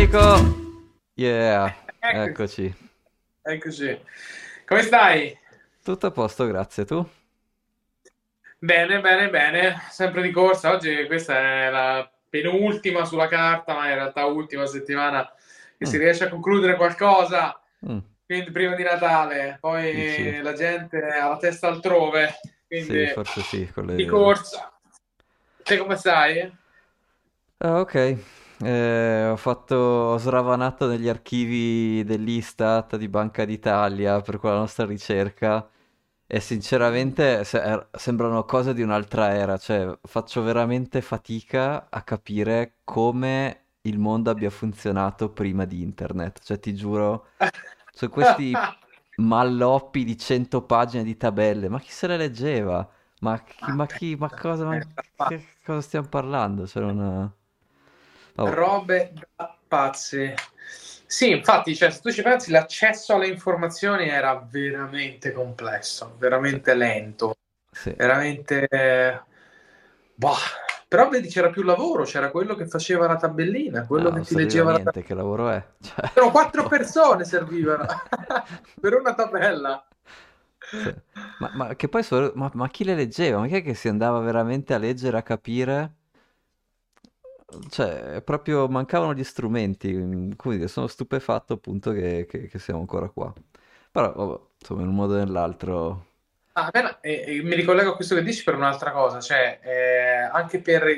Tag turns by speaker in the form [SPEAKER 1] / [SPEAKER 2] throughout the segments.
[SPEAKER 1] Enrico! Yeah,
[SPEAKER 2] Eccoci,
[SPEAKER 1] eccoci.
[SPEAKER 2] eccoci. Come stai?
[SPEAKER 1] Tutto a posto, grazie. Tu?
[SPEAKER 2] Bene, bene, bene. Sempre di corsa. Oggi questa è la penultima sulla carta, ma in realtà ultima settimana che si
[SPEAKER 1] Mm,
[SPEAKER 2] riesce a concludere qualcosa.
[SPEAKER 1] mm,
[SPEAKER 2] Quindi prima di Natale,
[SPEAKER 1] dici?
[SPEAKER 2] poi la gente ha la testa altrove, quindi
[SPEAKER 1] Sì, forse sì, con
[SPEAKER 2] di
[SPEAKER 1] le...
[SPEAKER 2] corsa. Te come stai?
[SPEAKER 1] Ah, ok. Ho sravanato negli archivi dell'Istat di Banca d'Italia per quella nostra ricerca e sinceramente sembrano cose di un'altra era, cioè faccio veramente fatica a capire come il mondo abbia funzionato prima di internet, cioè ti giuro, su questi malloppi di 100 pagine di tabelle, ma chi se le leggeva? Che cosa stiamo parlando? C'era una... Oh,
[SPEAKER 2] Robe da pazzi. Sì, infatti, cioè, se tu ci pensi, l'accesso alle informazioni era veramente complesso,
[SPEAKER 1] sì,
[SPEAKER 2] veramente lento,
[SPEAKER 1] sì.
[SPEAKER 2] veramente... Boh. Però vedi, c'era più lavoro, c'era quello che faceva la tabellina, quello
[SPEAKER 1] Ah,
[SPEAKER 2] che
[SPEAKER 1] non
[SPEAKER 2] ti
[SPEAKER 1] serviva a
[SPEAKER 2] leggeva la
[SPEAKER 1] niente, che
[SPEAKER 2] tabellina.
[SPEAKER 1] lavoro è? Cioè,
[SPEAKER 2] Erano quattro
[SPEAKER 1] boh.
[SPEAKER 2] persone servivano per una tabella.
[SPEAKER 1] Sì. Ma che poi ma chi le leggeva? Ma chi è che si andava veramente a leggere, a capire? Cioè, proprio mancavano gli strumenti. Quindi sono stupefatto appunto che siamo ancora qua. Però, vabbè, insomma, in un modo o nell'altro...
[SPEAKER 2] Ah, beh, mi ricollego a questo che dici per un'altra cosa, cioè anche per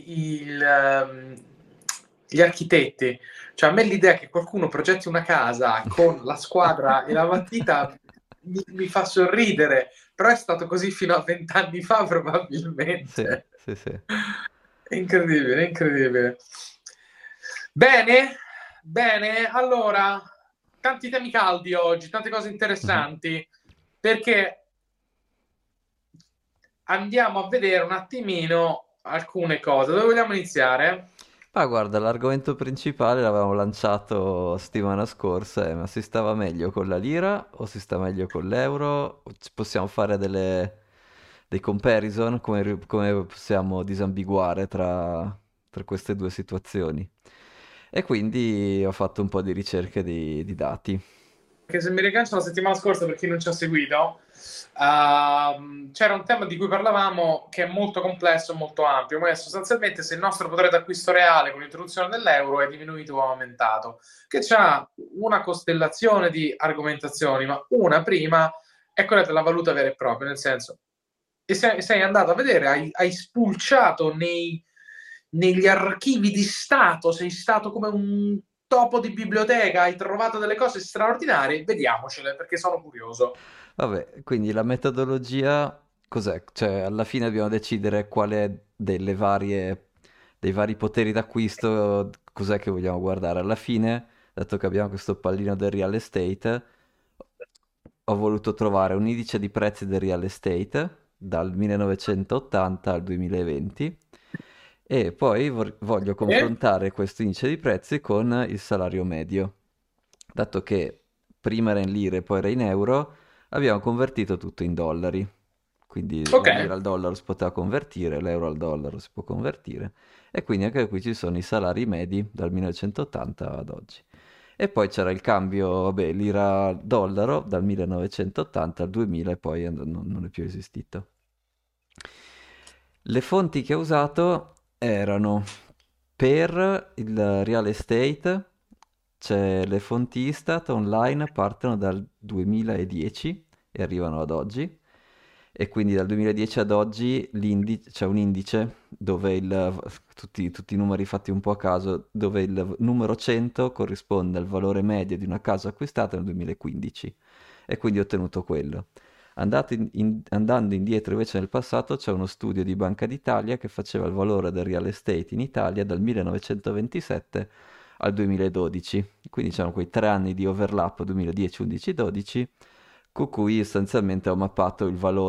[SPEAKER 2] gli architetti, cioè a me l'idea che qualcuno progetti una casa con la squadra e la matita mi fa sorridere, però è stato così fino a 20 anni fa
[SPEAKER 1] Sì,
[SPEAKER 2] probabilmente.
[SPEAKER 1] sì, sì.
[SPEAKER 2] È incredibile, è incredibile. Bene, bene, allora, tanti temi caldi oggi, tante cose
[SPEAKER 1] Mhm.
[SPEAKER 2] interessanti, perché andiamo a vedere un attimino alcune cose. Dove vogliamo iniziare?
[SPEAKER 1] Ma guarda, l'argomento principale l'avevamo lanciato settimana scorsa, ma si stava meglio con la lira o si sta meglio con l'euro? Possiamo fare dei comparison? Come possiamo disambiguare tra queste due situazioni? E quindi ho fatto un po' di ricerche di dati.
[SPEAKER 2] Che se mi riaggancio la settimana scorsa, per chi non ci ha seguito, c'era un tema di cui parlavamo che è molto complesso e molto ampio, ma è sostanzialmente se il nostro potere d'acquisto reale con l'introduzione dell'euro è diminuito o aumentato, che c'ha una costellazione di argomentazioni, ma una prima è quella della valuta vera e propria, nel senso, e sei andato a vedere, hai spulciato negli archivi di Stato, sei stato come un topo di biblioteca, hai trovato delle cose straordinarie, vediamocele perché sono curioso.
[SPEAKER 1] Vabbè, quindi la metodologia cos'è? Cioè, alla fine dobbiamo decidere quale dei vari poteri d'acquisto, cos'è che vogliamo guardare. Alla fine, dato che abbiamo questo pallino del real estate, ho voluto trovare un indice di prezzi del real estate dal 1980 al 2020 e poi voglio
[SPEAKER 2] Eh?
[SPEAKER 1] confrontare questo indice di prezzi con il salario medio. Dato che prima era in lire e poi era in euro, abbiamo convertito tutto in dollari. Quindi
[SPEAKER 2] Ok,
[SPEAKER 1] la lira al dollaro si poteva convertire, l'euro al dollaro si può convertire. E quindi anche qui ci sono i salari medi dal 1980 ad oggi. E poi c'era il cambio, vabbè, lira-dollaro dal 1980 al 2000 e poi non è più esistito. Le fonti che ho usato erano per il real estate, c'è le fonti Istat online partono dal 2010 e arrivano ad oggi. E quindi dal 2010 ad oggi c'è un indice dove tutti i numeri fatti un po' a caso, dove il numero 100 corrisponde al valore medio di una casa acquistata nel 2015 e quindi ho ottenuto quello. Andando indietro invece nel passato c'è uno studio di Banca d'Italia che faceva il valore del real estate in Italia dal 1927 al 2012, quindi c'erano quei 3 anni di overlap 2010, 11, 12 con cui sostanzialmente ho mappato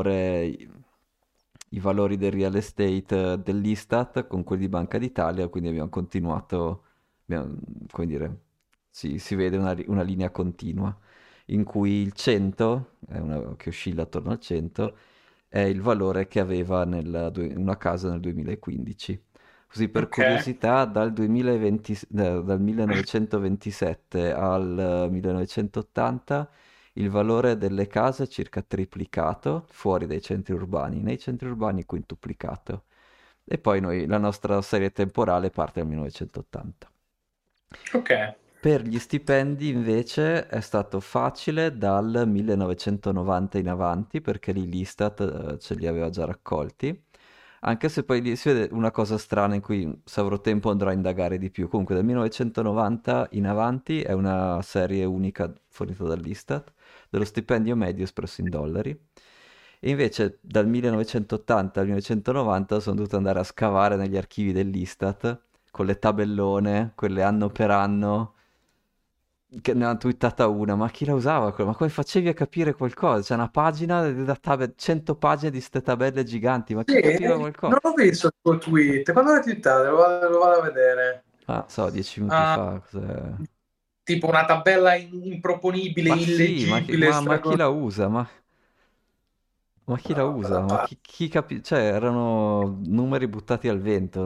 [SPEAKER 1] i valori del real estate dell'Istat con quelli di Banca d'Italia, quindi abbiamo continuato, come dire, si vede una linea continua in cui il 100, che oscilla attorno al 100, è il valore che aveva una casa nel 2015. Così per
[SPEAKER 2] Ok.
[SPEAKER 1] curiosità, dal 1927 al 1980 il valore delle case è circa triplicato fuori dai centri urbani, nei centri urbani quintuplicato. E poi la nostra serie temporale parte dal 1980.
[SPEAKER 2] Ok.
[SPEAKER 1] Per gli stipendi invece è stato facile dal 1990 in avanti perché lì l'Istat ce li aveva già raccolti, anche se poi lì si vede una cosa strana in cui se avrò tempo andrò a indagare di più. Comunque dal 1990 in avanti è una serie unica fornita dall'Istat dello stipendio medio espresso in dollari. E invece dal 1980 al 1990 sono dovuto andare a scavare negli archivi dell'Istat con le tabellone, quelle anno per anno che ne ha twittata una, ma chi la usava quella? Ma come facevi a capire qualcosa? C'è una pagina, 100 pagine di ste tabelle giganti, ma chi capiva
[SPEAKER 2] Non
[SPEAKER 1] qualcosa?
[SPEAKER 2] l'ho visto il tuo tweet. Quando l'hai twittato? Lo vado a vedere.
[SPEAKER 1] Ah, so, 10 minuti
[SPEAKER 2] Ah,
[SPEAKER 1] fa, cos'è?
[SPEAKER 2] tipo una tabella improponibile,
[SPEAKER 1] Ma sì,
[SPEAKER 2] illeggibile,
[SPEAKER 1] ma chi la usa? Ma chi la usa? Ma chi cioè, erano numeri buttati al vento.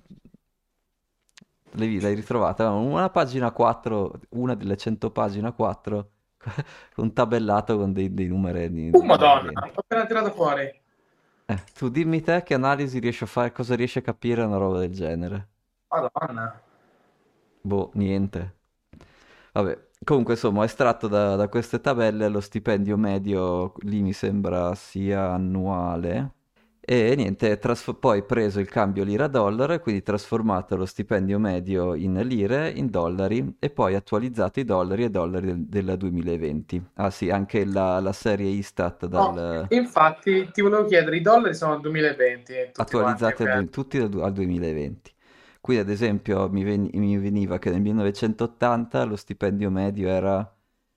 [SPEAKER 1] L'hai ritrovata? Una pagina 4, una delle 100 pagine 4, un tabellato con dei numeri al
[SPEAKER 2] Madonna,
[SPEAKER 1] vento.
[SPEAKER 2] l'ho appena tirato fuori.
[SPEAKER 1] Tu dimmi te che analisi riesci a fare, cosa riesci a capire una roba del genere?
[SPEAKER 2] Madonna.
[SPEAKER 1] Boh, niente. Vabbè, comunque insomma, ho estratto da queste tabelle lo stipendio medio, lì mi sembra sia annuale. E niente, poi preso il cambio lira-dollaro e quindi trasformato lo stipendio medio in lire, in dollari e poi attualizzato i dollari e dollari del 2020. Ah sì, anche la serie Istat
[SPEAKER 2] No, infatti ti volevo chiedere, i dollari sono al 2020, tutti quanti,
[SPEAKER 1] attualizzati
[SPEAKER 2] ok?
[SPEAKER 1] tutti al 2020. Qui ad esempio mi veniva che nel 1980 lo stipendio medio era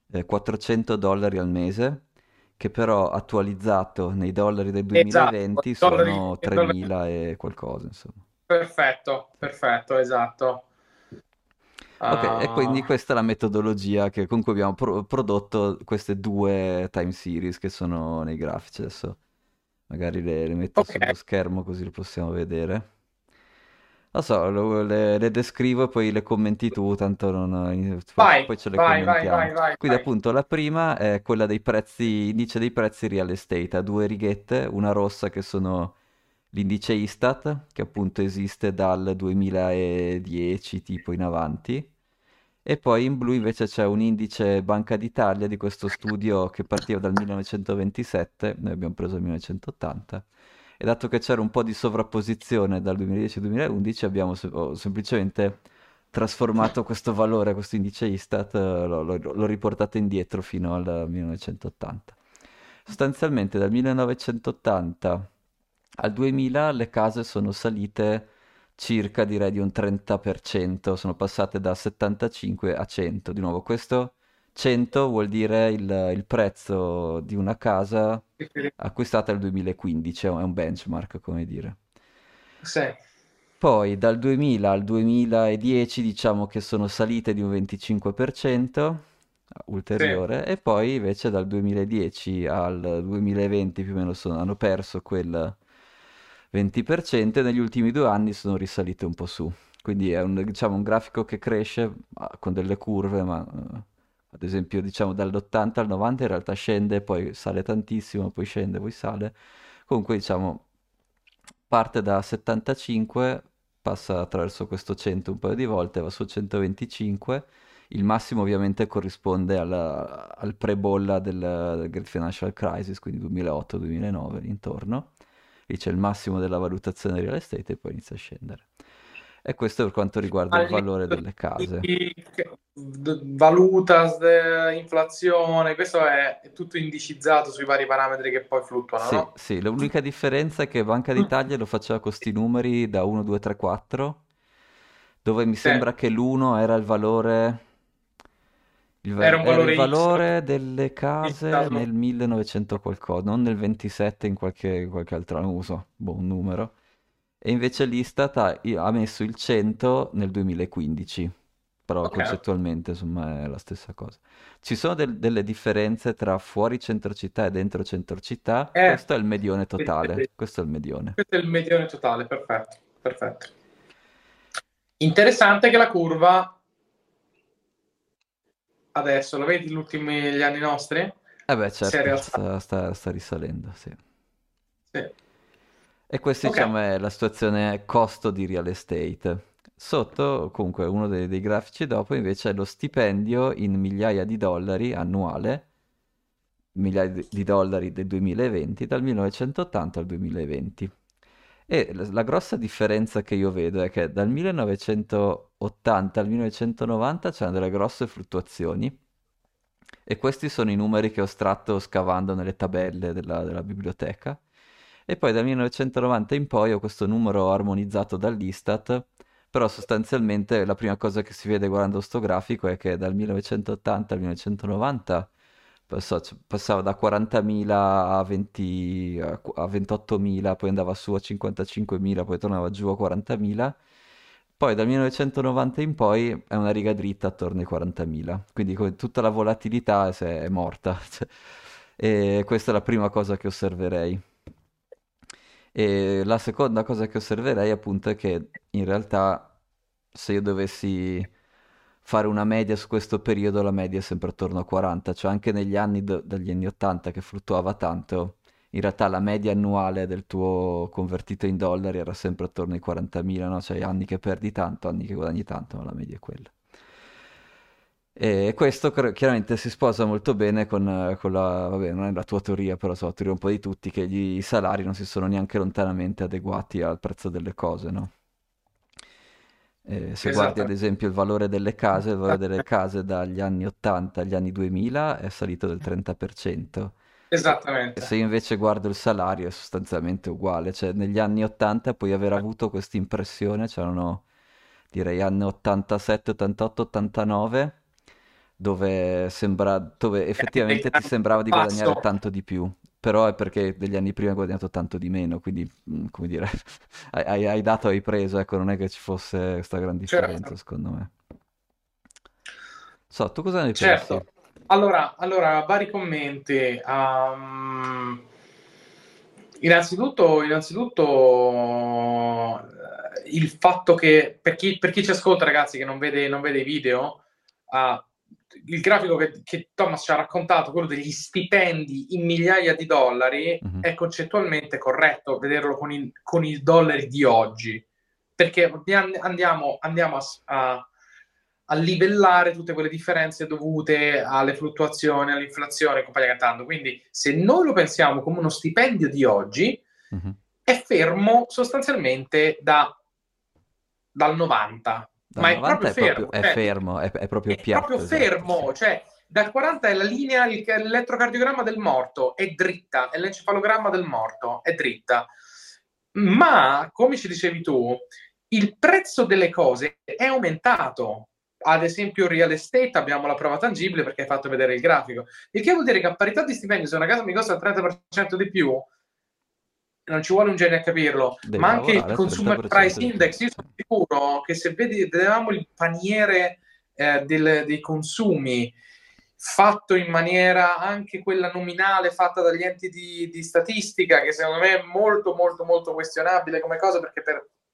[SPEAKER 1] $400 al mese, che però attualizzato nei dollari del
[SPEAKER 2] Esatto,
[SPEAKER 1] 2020
[SPEAKER 2] dollari,
[SPEAKER 1] sono
[SPEAKER 2] dollari.
[SPEAKER 1] 3.000 e qualcosa, insomma.
[SPEAKER 2] Perfetto, perfetto, esatto.
[SPEAKER 1] Ok, e quindi
[SPEAKER 2] Ah,
[SPEAKER 1] questa è la metodologia che comunque abbiamo prodotto queste due time series che sono nei grafici. Adesso magari le metto
[SPEAKER 2] ok,
[SPEAKER 1] sullo schermo così le possiamo vedere. Lo so, le descrivo e poi le commenti tu, tanto poi ce le commentiamo. Quindi
[SPEAKER 2] vai.
[SPEAKER 1] appunto la prima è quella dei prezzi, indice dei prezzi real estate, a due righette, una rossa che sono l'indice Istat, che appunto esiste dal 2010 tipo in avanti, e poi in blu invece c'è un indice Banca d'Italia di questo studio che partiva dal 1927, noi abbiamo preso il 1980, e dato che c'era un po' di sovrapposizione dal 2010 al 2011, abbiamo ho semplicemente trasformato questo valore, questo indice Istat, l'ho riportato indietro fino al 1980. Sostanzialmente dal 1980 al 2000 le case sono salite circa, direi, di un 30%, sono passate da 75 a 100. Di nuovo, questo 100 vuol dire il prezzo di una casa acquistata nel 2015, è un benchmark, come dire.
[SPEAKER 2] Sì,
[SPEAKER 1] Poi dal 2000 al 2010 diciamo che sono salite di un 25%
[SPEAKER 2] sì.
[SPEAKER 1] ulteriore e poi invece dal 2010 al 2020 più o meno hanno perso quel 20% e negli ultimi 2 anni sono risalite un po' su. Quindi è diciamo, un grafico che cresce con delle curve, ma ad esempio diciamo dall'80 al 90 in realtà scende, poi sale tantissimo, poi scende, poi sale. Comunque diciamo parte da 75, passa attraverso questo 100 un paio di volte, va su 125. Il massimo ovviamente corrisponde al pre-bolla del Great Financial Crisis, quindi 2008-2009, intorno. Lì c'è il massimo della valutazione real estate e poi inizia a scendere. E questo per quanto riguarda il
[SPEAKER 2] Al
[SPEAKER 1] valore
[SPEAKER 2] netto
[SPEAKER 1] delle case.
[SPEAKER 2] di valuta, inflazione, questo è tutto indicizzato sui vari parametri che poi fluttuano,
[SPEAKER 1] Sì,
[SPEAKER 2] no?
[SPEAKER 1] sì, l'unica differenza è che Banca d'Italia lo faceva con sti numeri da 1, 2, 3, 4, dove mi
[SPEAKER 2] Sì,
[SPEAKER 1] sembra che l'1 era il valore,
[SPEAKER 2] era un
[SPEAKER 1] era il
[SPEAKER 2] valore X,
[SPEAKER 1] valore delle case
[SPEAKER 2] fissato.
[SPEAKER 1] nel 1900 qualcosa, non nel 27 in qualche altro, non lo so, boh, un numero. E invece l'Istat ha messo il 100 nel 2015, però
[SPEAKER 2] Ok,
[SPEAKER 1] concettualmente insomma è la stessa cosa. Ci sono delle differenze tra fuori centro città e dentro centro città,
[SPEAKER 2] eh,
[SPEAKER 1] questo è il medione totale, questo è il medione.
[SPEAKER 2] questo è il medione totale, perfetto, perfetto. Interessante che la curva, adesso, lo vedi gli ultimi gli anni nostri?
[SPEAKER 1] Eh beh,
[SPEAKER 2] Si è
[SPEAKER 1] certo,
[SPEAKER 2] rialzata.
[SPEAKER 1] sta risalendo, sì.
[SPEAKER 2] Sì.
[SPEAKER 1] E questa,
[SPEAKER 2] Ok,
[SPEAKER 1] diciamo, è la situazione costo di real estate. Sotto, comunque, uno dei grafici dopo, invece, è lo stipendio in migliaia di dollari annuale, migliaia di dollari del 2020, dal 1980 al 2020. E la grossa differenza che io vedo è che dal 1980 al 1990 c'erano delle grosse fluttuazioni, e questi sono i numeri che ho estratto scavando nelle tabelle della biblioteca. E poi dal 1990 in poi ho questo numero armonizzato dall'Istat, però sostanzialmente la prima cosa che si vede guardando sto grafico è che dal 1980 al 1990 passava da 40.000 a 20 a 28.000, poi andava su a 55.000, poi tornava giù a 40.000. Poi dal 1990 in poi è una riga dritta attorno ai 40.000, quindi tutta la volatilità è morta. Cioè, e questa è la prima cosa che osserverei. E la seconda cosa che osserverei appunto è che in realtà se io dovessi fare una media su questo periodo, la media è sempre attorno a 40, cioè anche negli anni dagli anni 80 che fluttuava tanto, in realtà la media annuale del tuo convertito in dollari era sempre attorno ai 40.000, no? Cioè anni che perdi tanto, anni che guadagni tanto, ma la media è quella. E questo chiaramente si sposa molto bene con la, vabbè, non è la tua teoria, però so, la teoria un po' di tutti, che i salari non si sono neanche lontanamente adeguati al prezzo delle cose, no? Se guardi ad
[SPEAKER 2] esattamente.
[SPEAKER 1] esempio il valore delle case dagli anni 80 agli anni 2000 è salito del 30%. E se
[SPEAKER 2] Esattamente.
[SPEAKER 1] io invece guardo il salario è sostanzialmente uguale, cioè negli anni 80 puoi aver avuto questa impressione, c'erano direi anni 87, 88, 89, dove
[SPEAKER 2] Degli
[SPEAKER 1] effettivamente ti
[SPEAKER 2] anni
[SPEAKER 1] sembrava di guadagnare
[SPEAKER 2] passo.
[SPEAKER 1] tanto di più, però è perché degli anni prima hai guadagnato tanto di meno, quindi come dire, hai dato, hai preso, ecco, non è che ci fosse questa gran differenza
[SPEAKER 2] Certo,
[SPEAKER 1] secondo me. So, tu cosa ne pensi?
[SPEAKER 2] certo. Allora, vari commenti. Il fatto che per chi ci ascolta, ragazzi, che non vede i video, ah, il grafico che Thomas ci ha raccontato, quello degli stipendi in migliaia di dollari,
[SPEAKER 1] Mhm.
[SPEAKER 2] è concettualmente corretto vederlo con i dollari di oggi, perché andiamo a livellare tutte quelle differenze dovute alle fluttuazioni, all'inflazione e compagnia cantando. Quindi, se noi lo pensiamo come uno stipendio di oggi,
[SPEAKER 1] Mhm.
[SPEAKER 2] è fermo sostanzialmente dal 90,
[SPEAKER 1] Dal
[SPEAKER 2] ma è proprio
[SPEAKER 1] 90
[SPEAKER 2] fermo,
[SPEAKER 1] è
[SPEAKER 2] cioè
[SPEAKER 1] fermo, è proprio
[SPEAKER 2] è proprio
[SPEAKER 1] piatto, esatto, sì.
[SPEAKER 2] fermo, cioè dal 40 è la linea, l'elettrocardiogramma del morto è dritta, è l'encefalogramma del morto è dritta. Ma, come ci dicevi tu, il prezzo delle cose è aumentato. Ad esempio, il real estate abbiamo la prova tangibile perché hai fatto vedere il grafico. Il che vuol dire che a parità di stipendio, se una casa mi costa il 30% di più, non ci vuole un genio a capirlo,
[SPEAKER 1] Devi
[SPEAKER 2] ma anche il
[SPEAKER 1] lavorare il
[SPEAKER 2] consumer price
[SPEAKER 1] 30% di più.
[SPEAKER 2] index, io sono sicuro che se vedevamo il paniere dei consumi fatto in maniera anche quella nominale fatta dagli enti di statistica, che secondo me è molto molto molto questionabile come cosa, perché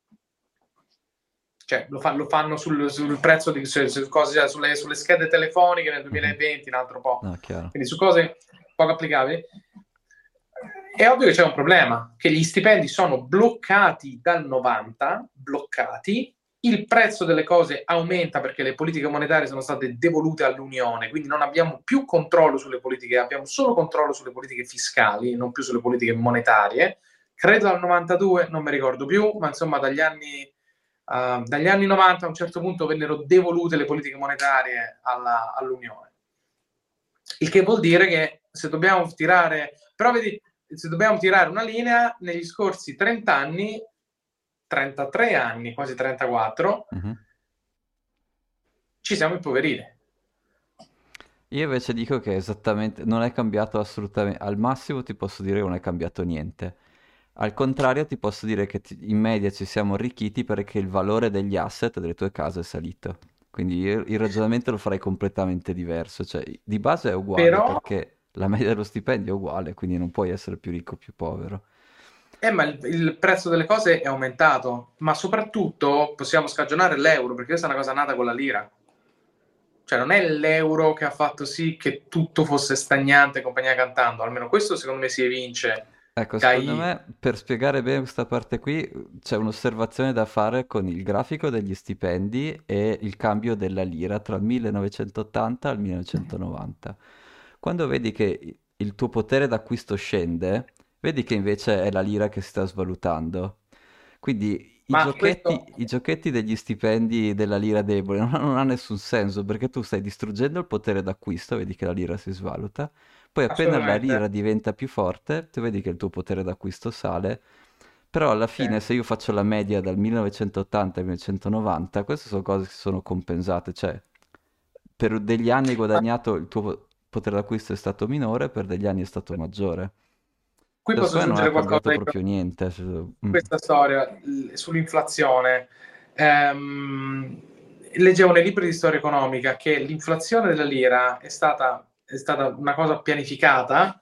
[SPEAKER 2] cioè, lo fanno sul prezzo sulle schede telefoniche nel
[SPEAKER 1] Mhm.
[SPEAKER 2] 2020, un altro po',
[SPEAKER 1] No, chiaro.
[SPEAKER 2] quindi su cose poco applicabili. È ovvio che c'è un problema, che gli stipendi sono bloccati dal 90, bloccati, il prezzo delle cose aumenta perché le politiche monetarie sono state devolute all'Unione, quindi non abbiamo più controllo sulle politiche, abbiamo solo controllo sulle politiche fiscali, non più sulle politiche monetarie. Credo dal 92, non mi ricordo più, ma insomma dagli anni 90 a un certo punto vennero devolute le politiche monetarie all'Unione. Il che vuol dire che se dobbiamo tirare, però vedi, se dobbiamo tirare una linea, negli scorsi 30 anni, 33 anni, quasi 34,
[SPEAKER 1] Mhm.
[SPEAKER 2] ci siamo impoveriti.
[SPEAKER 1] Io invece dico che esattamente non è cambiato assolutamente, al massimo ti posso dire che non è cambiato niente. Al contrario ti posso dire che in media ci siamo arricchiti perché il valore degli asset delle tue case è salito. Quindi io il ragionamento lo farei completamente diverso, cioè di base è uguale
[SPEAKER 2] Però,
[SPEAKER 1] perché la media dello stipendio è uguale, quindi non puoi essere più ricco o più povero.
[SPEAKER 2] Ma il prezzo delle cose è aumentato, ma soprattutto possiamo scagionare l'euro, perché questa è una cosa nata con la lira. Cioè non è l'euro che ha fatto sì che tutto fosse stagnante, compagnia cantando, almeno questo secondo me si evince
[SPEAKER 1] Ecco, secondo
[SPEAKER 2] dai...
[SPEAKER 1] me per spiegare bene questa parte qui c'è un'osservazione da fare con il grafico degli stipendi e il cambio della lira tra il 1980 e il 1990. Quando vedi che il tuo potere d'acquisto scende, vedi che invece è la lira che si sta svalutando. Quindi
[SPEAKER 2] Ma questo...
[SPEAKER 1] i giochetti degli stipendi della lira debole non ha nessun senso perché tu stai distruggendo il potere d'acquisto, vedi che la lira si svaluta, poi appena la
[SPEAKER 2] Assolutamente,
[SPEAKER 1] lira diventa più forte, tu vedi che il tuo potere d'acquisto sale, però alla
[SPEAKER 2] sì.
[SPEAKER 1] fine se io faccio la media dal 1980 al 1990, queste sono cose che sono compensate, cioè per degli anni hai
[SPEAKER 2] Ma
[SPEAKER 1] guadagnato il tuo potere d'acquisto è stato minore, per degli anni è stato maggiore.
[SPEAKER 2] qui
[SPEAKER 1] Cioè,
[SPEAKER 2] posso
[SPEAKER 1] secondo me non ha
[SPEAKER 2] aggiungere
[SPEAKER 1] cambiato
[SPEAKER 2] qualcosa
[SPEAKER 1] proprio niente.
[SPEAKER 2] questa storia sull'inflazione. Leggevo nei libri di storia economica che l'inflazione della lira è stata una cosa pianificata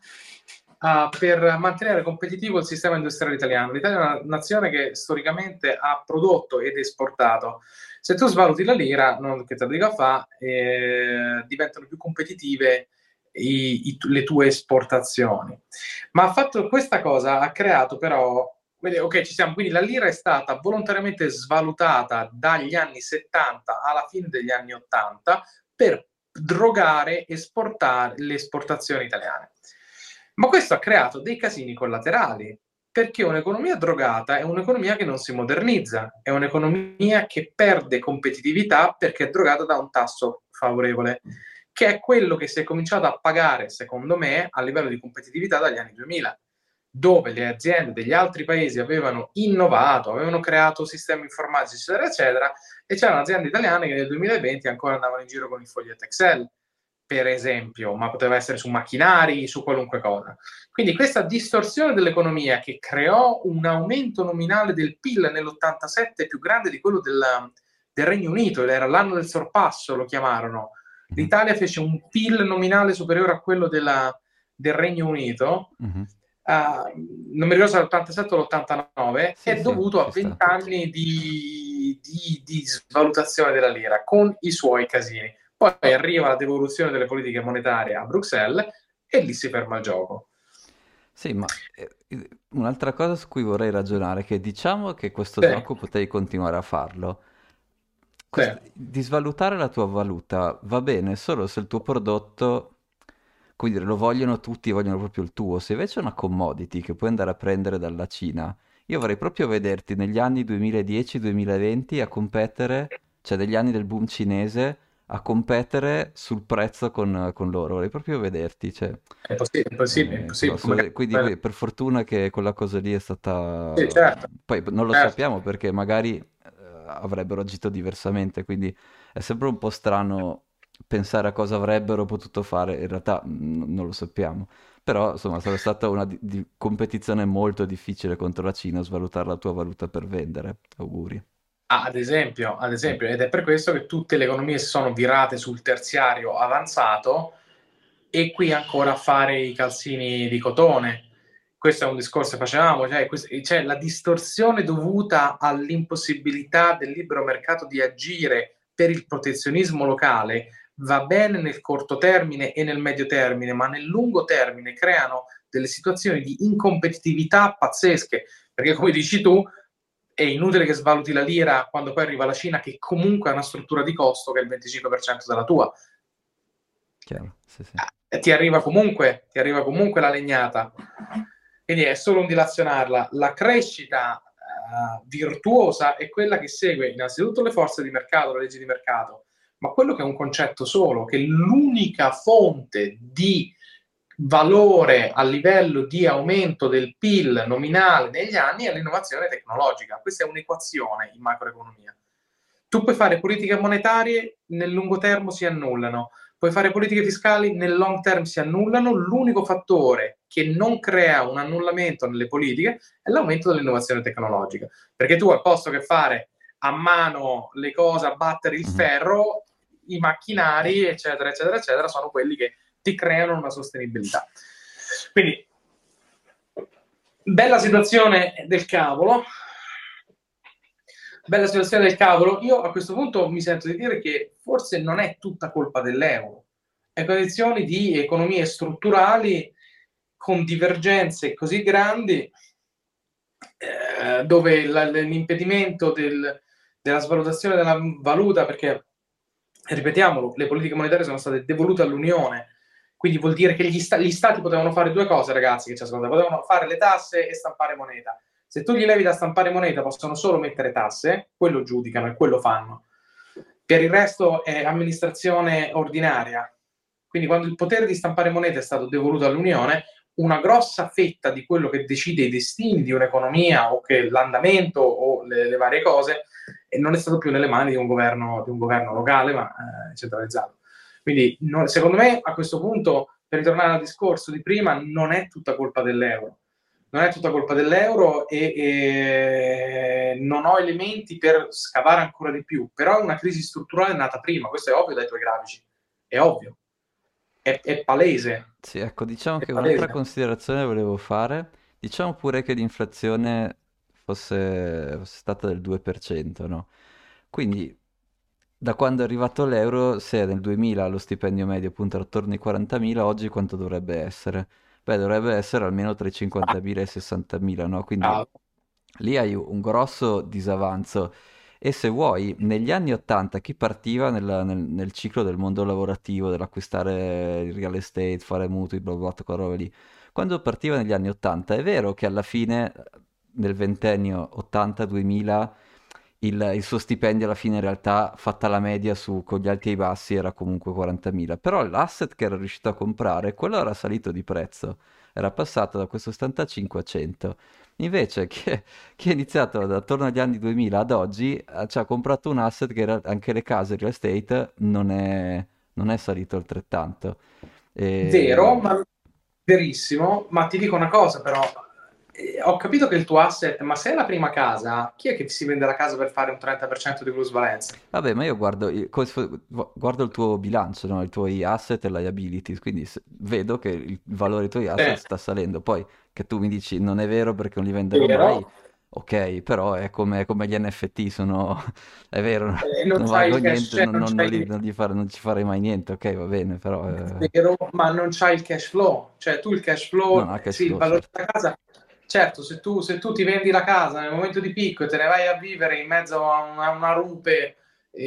[SPEAKER 2] per mantenere competitivo il sistema industriale italiano. L'Italia è una nazione che storicamente ha prodotto ed esportato. Se tu svaluti la lira, non che te lo dica fa, diventano più competitive le tue esportazioni. Ma ha fatto questa cosa, ha creato però, ok, ci siamo, quindi la lira è stata volontariamente svalutata dagli anni 70 alla fine degli anni 80 per drogare esportare le esportazioni italiane. Ma questo ha creato dei casini collaterali, perché un'economia drogata è un'economia che non si modernizza, è un'economia che perde competitività perché è drogata da un tasso favorevole, che è quello che si è cominciato a pagare, secondo me, a livello di competitività dagli anni 2000, dove le aziende degli altri paesi avevano innovato, avevano creato sistemi informatici, eccetera, eccetera, e c'erano aziende italiane che nel 2020 ancora andavano in giro con il foglietto Excel, per esempio, ma poteva essere su macchinari, su qualunque cosa. Quindi questa distorsione dell'economia che creò un aumento nominale del PIL nell'87 più grande di quello del Regno Unito, era l'anno del sorpasso, lo chiamarono.
[SPEAKER 1] Mhm,
[SPEAKER 2] L'Italia fece un PIL nominale superiore a quello del Regno Unito,
[SPEAKER 1] mhm.
[SPEAKER 2] non mi ricordo se l'87 o l'89,
[SPEAKER 1] Sì,
[SPEAKER 2] è
[SPEAKER 1] sì,
[SPEAKER 2] dovuto
[SPEAKER 1] ci
[SPEAKER 2] a
[SPEAKER 1] sta.
[SPEAKER 2] 20 anni di svalutazione della lira, con i suoi casini. Poi arriva la devoluzione delle politiche monetarie a Bruxelles e lì si ferma il gioco.
[SPEAKER 1] Sì, ma un'altra cosa su cui vorrei ragionare è che diciamo che questo
[SPEAKER 2] Sì,
[SPEAKER 1] gioco potevi continuare a farlo.
[SPEAKER 2] sì.
[SPEAKER 1] Di svalutare la tua valuta va bene solo se il tuo prodotto, come dire, lo vogliono tutti, vogliono proprio il tuo. Se invece è una commodity che puoi andare a prendere dalla Cina, io vorrei proprio vederti negli anni 2010-2020 a competere, cioè degli anni del boom cinese, a competere sul prezzo con loro. Vorrei proprio vederti, cioè,
[SPEAKER 2] È possibile, è possibile, è
[SPEAKER 1] insomma,
[SPEAKER 2] possibile. Come...
[SPEAKER 1] per fortuna che quella cosa lì è
[SPEAKER 2] Sì,
[SPEAKER 1] stata...
[SPEAKER 2] certo,
[SPEAKER 1] Poi non lo
[SPEAKER 2] certo.
[SPEAKER 1] sappiamo perché magari avrebbero agito diversamente, quindi è sempre un po' strano pensare a cosa avrebbero potuto fare, in realtà non lo sappiamo. Però, insomma, sarebbe stata una competizione molto difficile contro la Cina, svalutare la tua valuta per vendere. Auguri.
[SPEAKER 2] Ad
[SPEAKER 1] Mm.
[SPEAKER 2] esempio, ed è per questo che tutte le economie si sono virate sul terziario avanzato e qui ancora a fare i calzini di cotone. Questo è un discorso che facevamo, cioè la distorsione dovuta all'impossibilità del libero mercato di agire per il protezionismo locale va bene nel corto termine e nel medio termine, ma nel lungo termine creano delle situazioni di incompetitività pazzesche, perché come dici tu, è inutile che svaluti la lira quando poi arriva la Cina, che comunque ha una struttura di costo che è il 25% della tua.
[SPEAKER 1] Chiaro? Sì, sì.
[SPEAKER 2] Ti arriva comunque la legnata. Quindi è solo un dilazionarla. La crescita virtuosa è quella che segue innanzitutto le forze di mercato, le leggi di mercato, ma quello che è un concetto solo, che l'unica fonte di valore a livello di aumento del PIL nominale negli anni è l'innovazione tecnologica. Questa è un'equazione in macroeconomia. Tu puoi fare politiche monetarie, nel lungo termine si annullano, puoi fare politiche fiscali, nel long term si annullano, l'unico fattore che non crea un annullamento nelle politiche è l'aumento dell'innovazione tecnologica, perché tu al posto che fare a mano le cose, a battere il
[SPEAKER 1] Mhm.
[SPEAKER 2] ferro, i macchinari, eccetera, eccetera, eccetera, sono quelli che ti creano una sostenibilità. Quindi Bella situazione del cavolo. Bella situazione del cavolo. Io a questo punto mi sento di dire che forse non è tutta colpa dell'euro, è condizioni di economie strutturali con divergenze così grandi, dove l'impedimento della svalutazione della valuta, perché ripetiamolo, le politiche monetarie sono state devolute all'Unione, quindi vuol dire che gli stati potevano fare due cose, ragazzi, che ci ascoltano, potevano fare le tasse e stampare moneta. Se tu gli levi da stampare moneta, possono solo mettere tasse, quello giudicano e quello fanno. Per il resto è amministrazione ordinaria. Quindi quando il potere di stampare moneta è stato devoluto all'Unione, una grossa fetta di quello che decide i destini di un'economia o che l'andamento o le varie cose non è stato più nelle mani di un governo locale, ma centralizzato. Quindi secondo me a questo punto, per ritornare al discorso di prima, non è tutta colpa dell'euro. Non è tutta colpa dell'euro e non ho elementi per scavare ancora di più, però è una crisi strutturale nata prima, questo è ovvio dai tuoi grafici, è ovvio, è palese,
[SPEAKER 1] Sì, ecco, diciamo
[SPEAKER 2] è
[SPEAKER 1] che un'altra
[SPEAKER 2] palese.
[SPEAKER 1] considerazione volevo fare, diciamo pure che l'inflazione fosse stata del 2%, no? Quindi da quando è arrivato l'euro, se nel 2000 lo stipendio medio appunto era attorno ai 40.000, oggi quanto dovrebbe essere? Beh, dovrebbe essere almeno tra i 50.000 e i 60.000, no? Quindi
[SPEAKER 2] Ah,
[SPEAKER 1] lì hai un grosso disavanzo. E se vuoi, negli anni 80 chi partiva nel ciclo del mondo lavorativo, dell'acquistare il real estate, fare mutui, bla bla, bla, quelle robe lì, quando partiva negli anni 80 è vero che alla fine, nel ventennio 80-2000, il suo stipendio alla fine in realtà, fatta la media con gli alti e i bassi, era comunque 40.000, però l'asset che era riuscito a comprare, quello era salito di prezzo, era passato da questo 75 a 100. Invece chi è iniziato attorno agli anni 2000 ad oggi, ci ha comprato un asset che anche le case real estate non è salito altrettanto.
[SPEAKER 2] vero,
[SPEAKER 1] E...
[SPEAKER 2] ma verissimo, ma ti dico una cosa però, ho capito che il tuo asset, ma se è la prima casa, chi è che si vende la casa per fare un 30% di plusvalenza?
[SPEAKER 1] Vabbè, ma io guardo, guardo il tuo bilancio, no? I tuoi asset e liabilities, quindi vedo che il valore dei tuoi asset
[SPEAKER 2] Eh,
[SPEAKER 1] sta salendo. Poi che tu mi dici non è vero perché non li venderò mai,
[SPEAKER 2] vero,
[SPEAKER 1] ok, però è come gli NFT, è vero,
[SPEAKER 2] non
[SPEAKER 1] non
[SPEAKER 2] c'hai
[SPEAKER 1] valgo
[SPEAKER 2] il cash,
[SPEAKER 1] niente,
[SPEAKER 2] cioè non
[SPEAKER 1] non ci farei mai niente, ok, va bene, però
[SPEAKER 2] vero, ma non c'hai il cash flow, cioè tu il cash
[SPEAKER 1] non
[SPEAKER 2] flow,
[SPEAKER 1] ha cash
[SPEAKER 2] sì, il
[SPEAKER 1] flow,
[SPEAKER 2] valore
[SPEAKER 1] certo.
[SPEAKER 2] della casa, certo, se tu ti vendi la casa nel momento di picco e te ne vai a vivere in mezzo a una rupe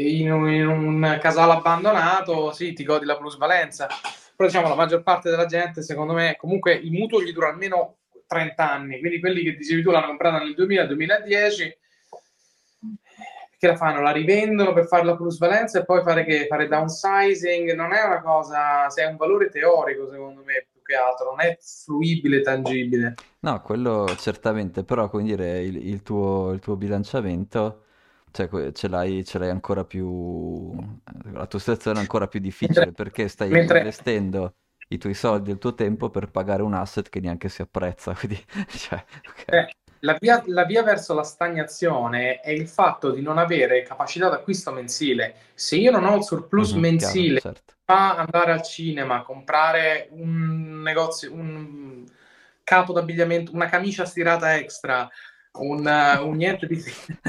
[SPEAKER 2] in un casale abbandonato, sì, ti godi la plusvalenza, però diciamo la maggior parte della gente, secondo me, comunque il mutuo gli dura almeno 30 anni, quindi quelli che dicevi tu l'hanno comprata nel 2000-2010, che la fanno? La rivendono per fare la plusvalenza e poi fare downsizing non è una cosa, se è un valore teorico secondo me più che altro, non è fruibile, tangibile.
[SPEAKER 1] No, quello certamente, però come dire, il tuo bilanciamento, cioè, ce l'hai ancora più, la tua situazione è ancora più difficile
[SPEAKER 2] Mentre,
[SPEAKER 1] perché stai
[SPEAKER 2] mentre
[SPEAKER 1] investendo i tuoi soldi e il tuo tempo per pagare un asset che neanche si apprezza, quindi, cioè, ok.
[SPEAKER 2] la via verso la stagnazione è il fatto di non avere capacità d'acquisto mensile. Se io non ho il surplus
[SPEAKER 1] Mhm, chiaro,
[SPEAKER 2] mensile,
[SPEAKER 1] certo.
[SPEAKER 2] a andare al cinema, comprare un negozio, un capo d'abbigliamento, una camicia stirata extra, un niente di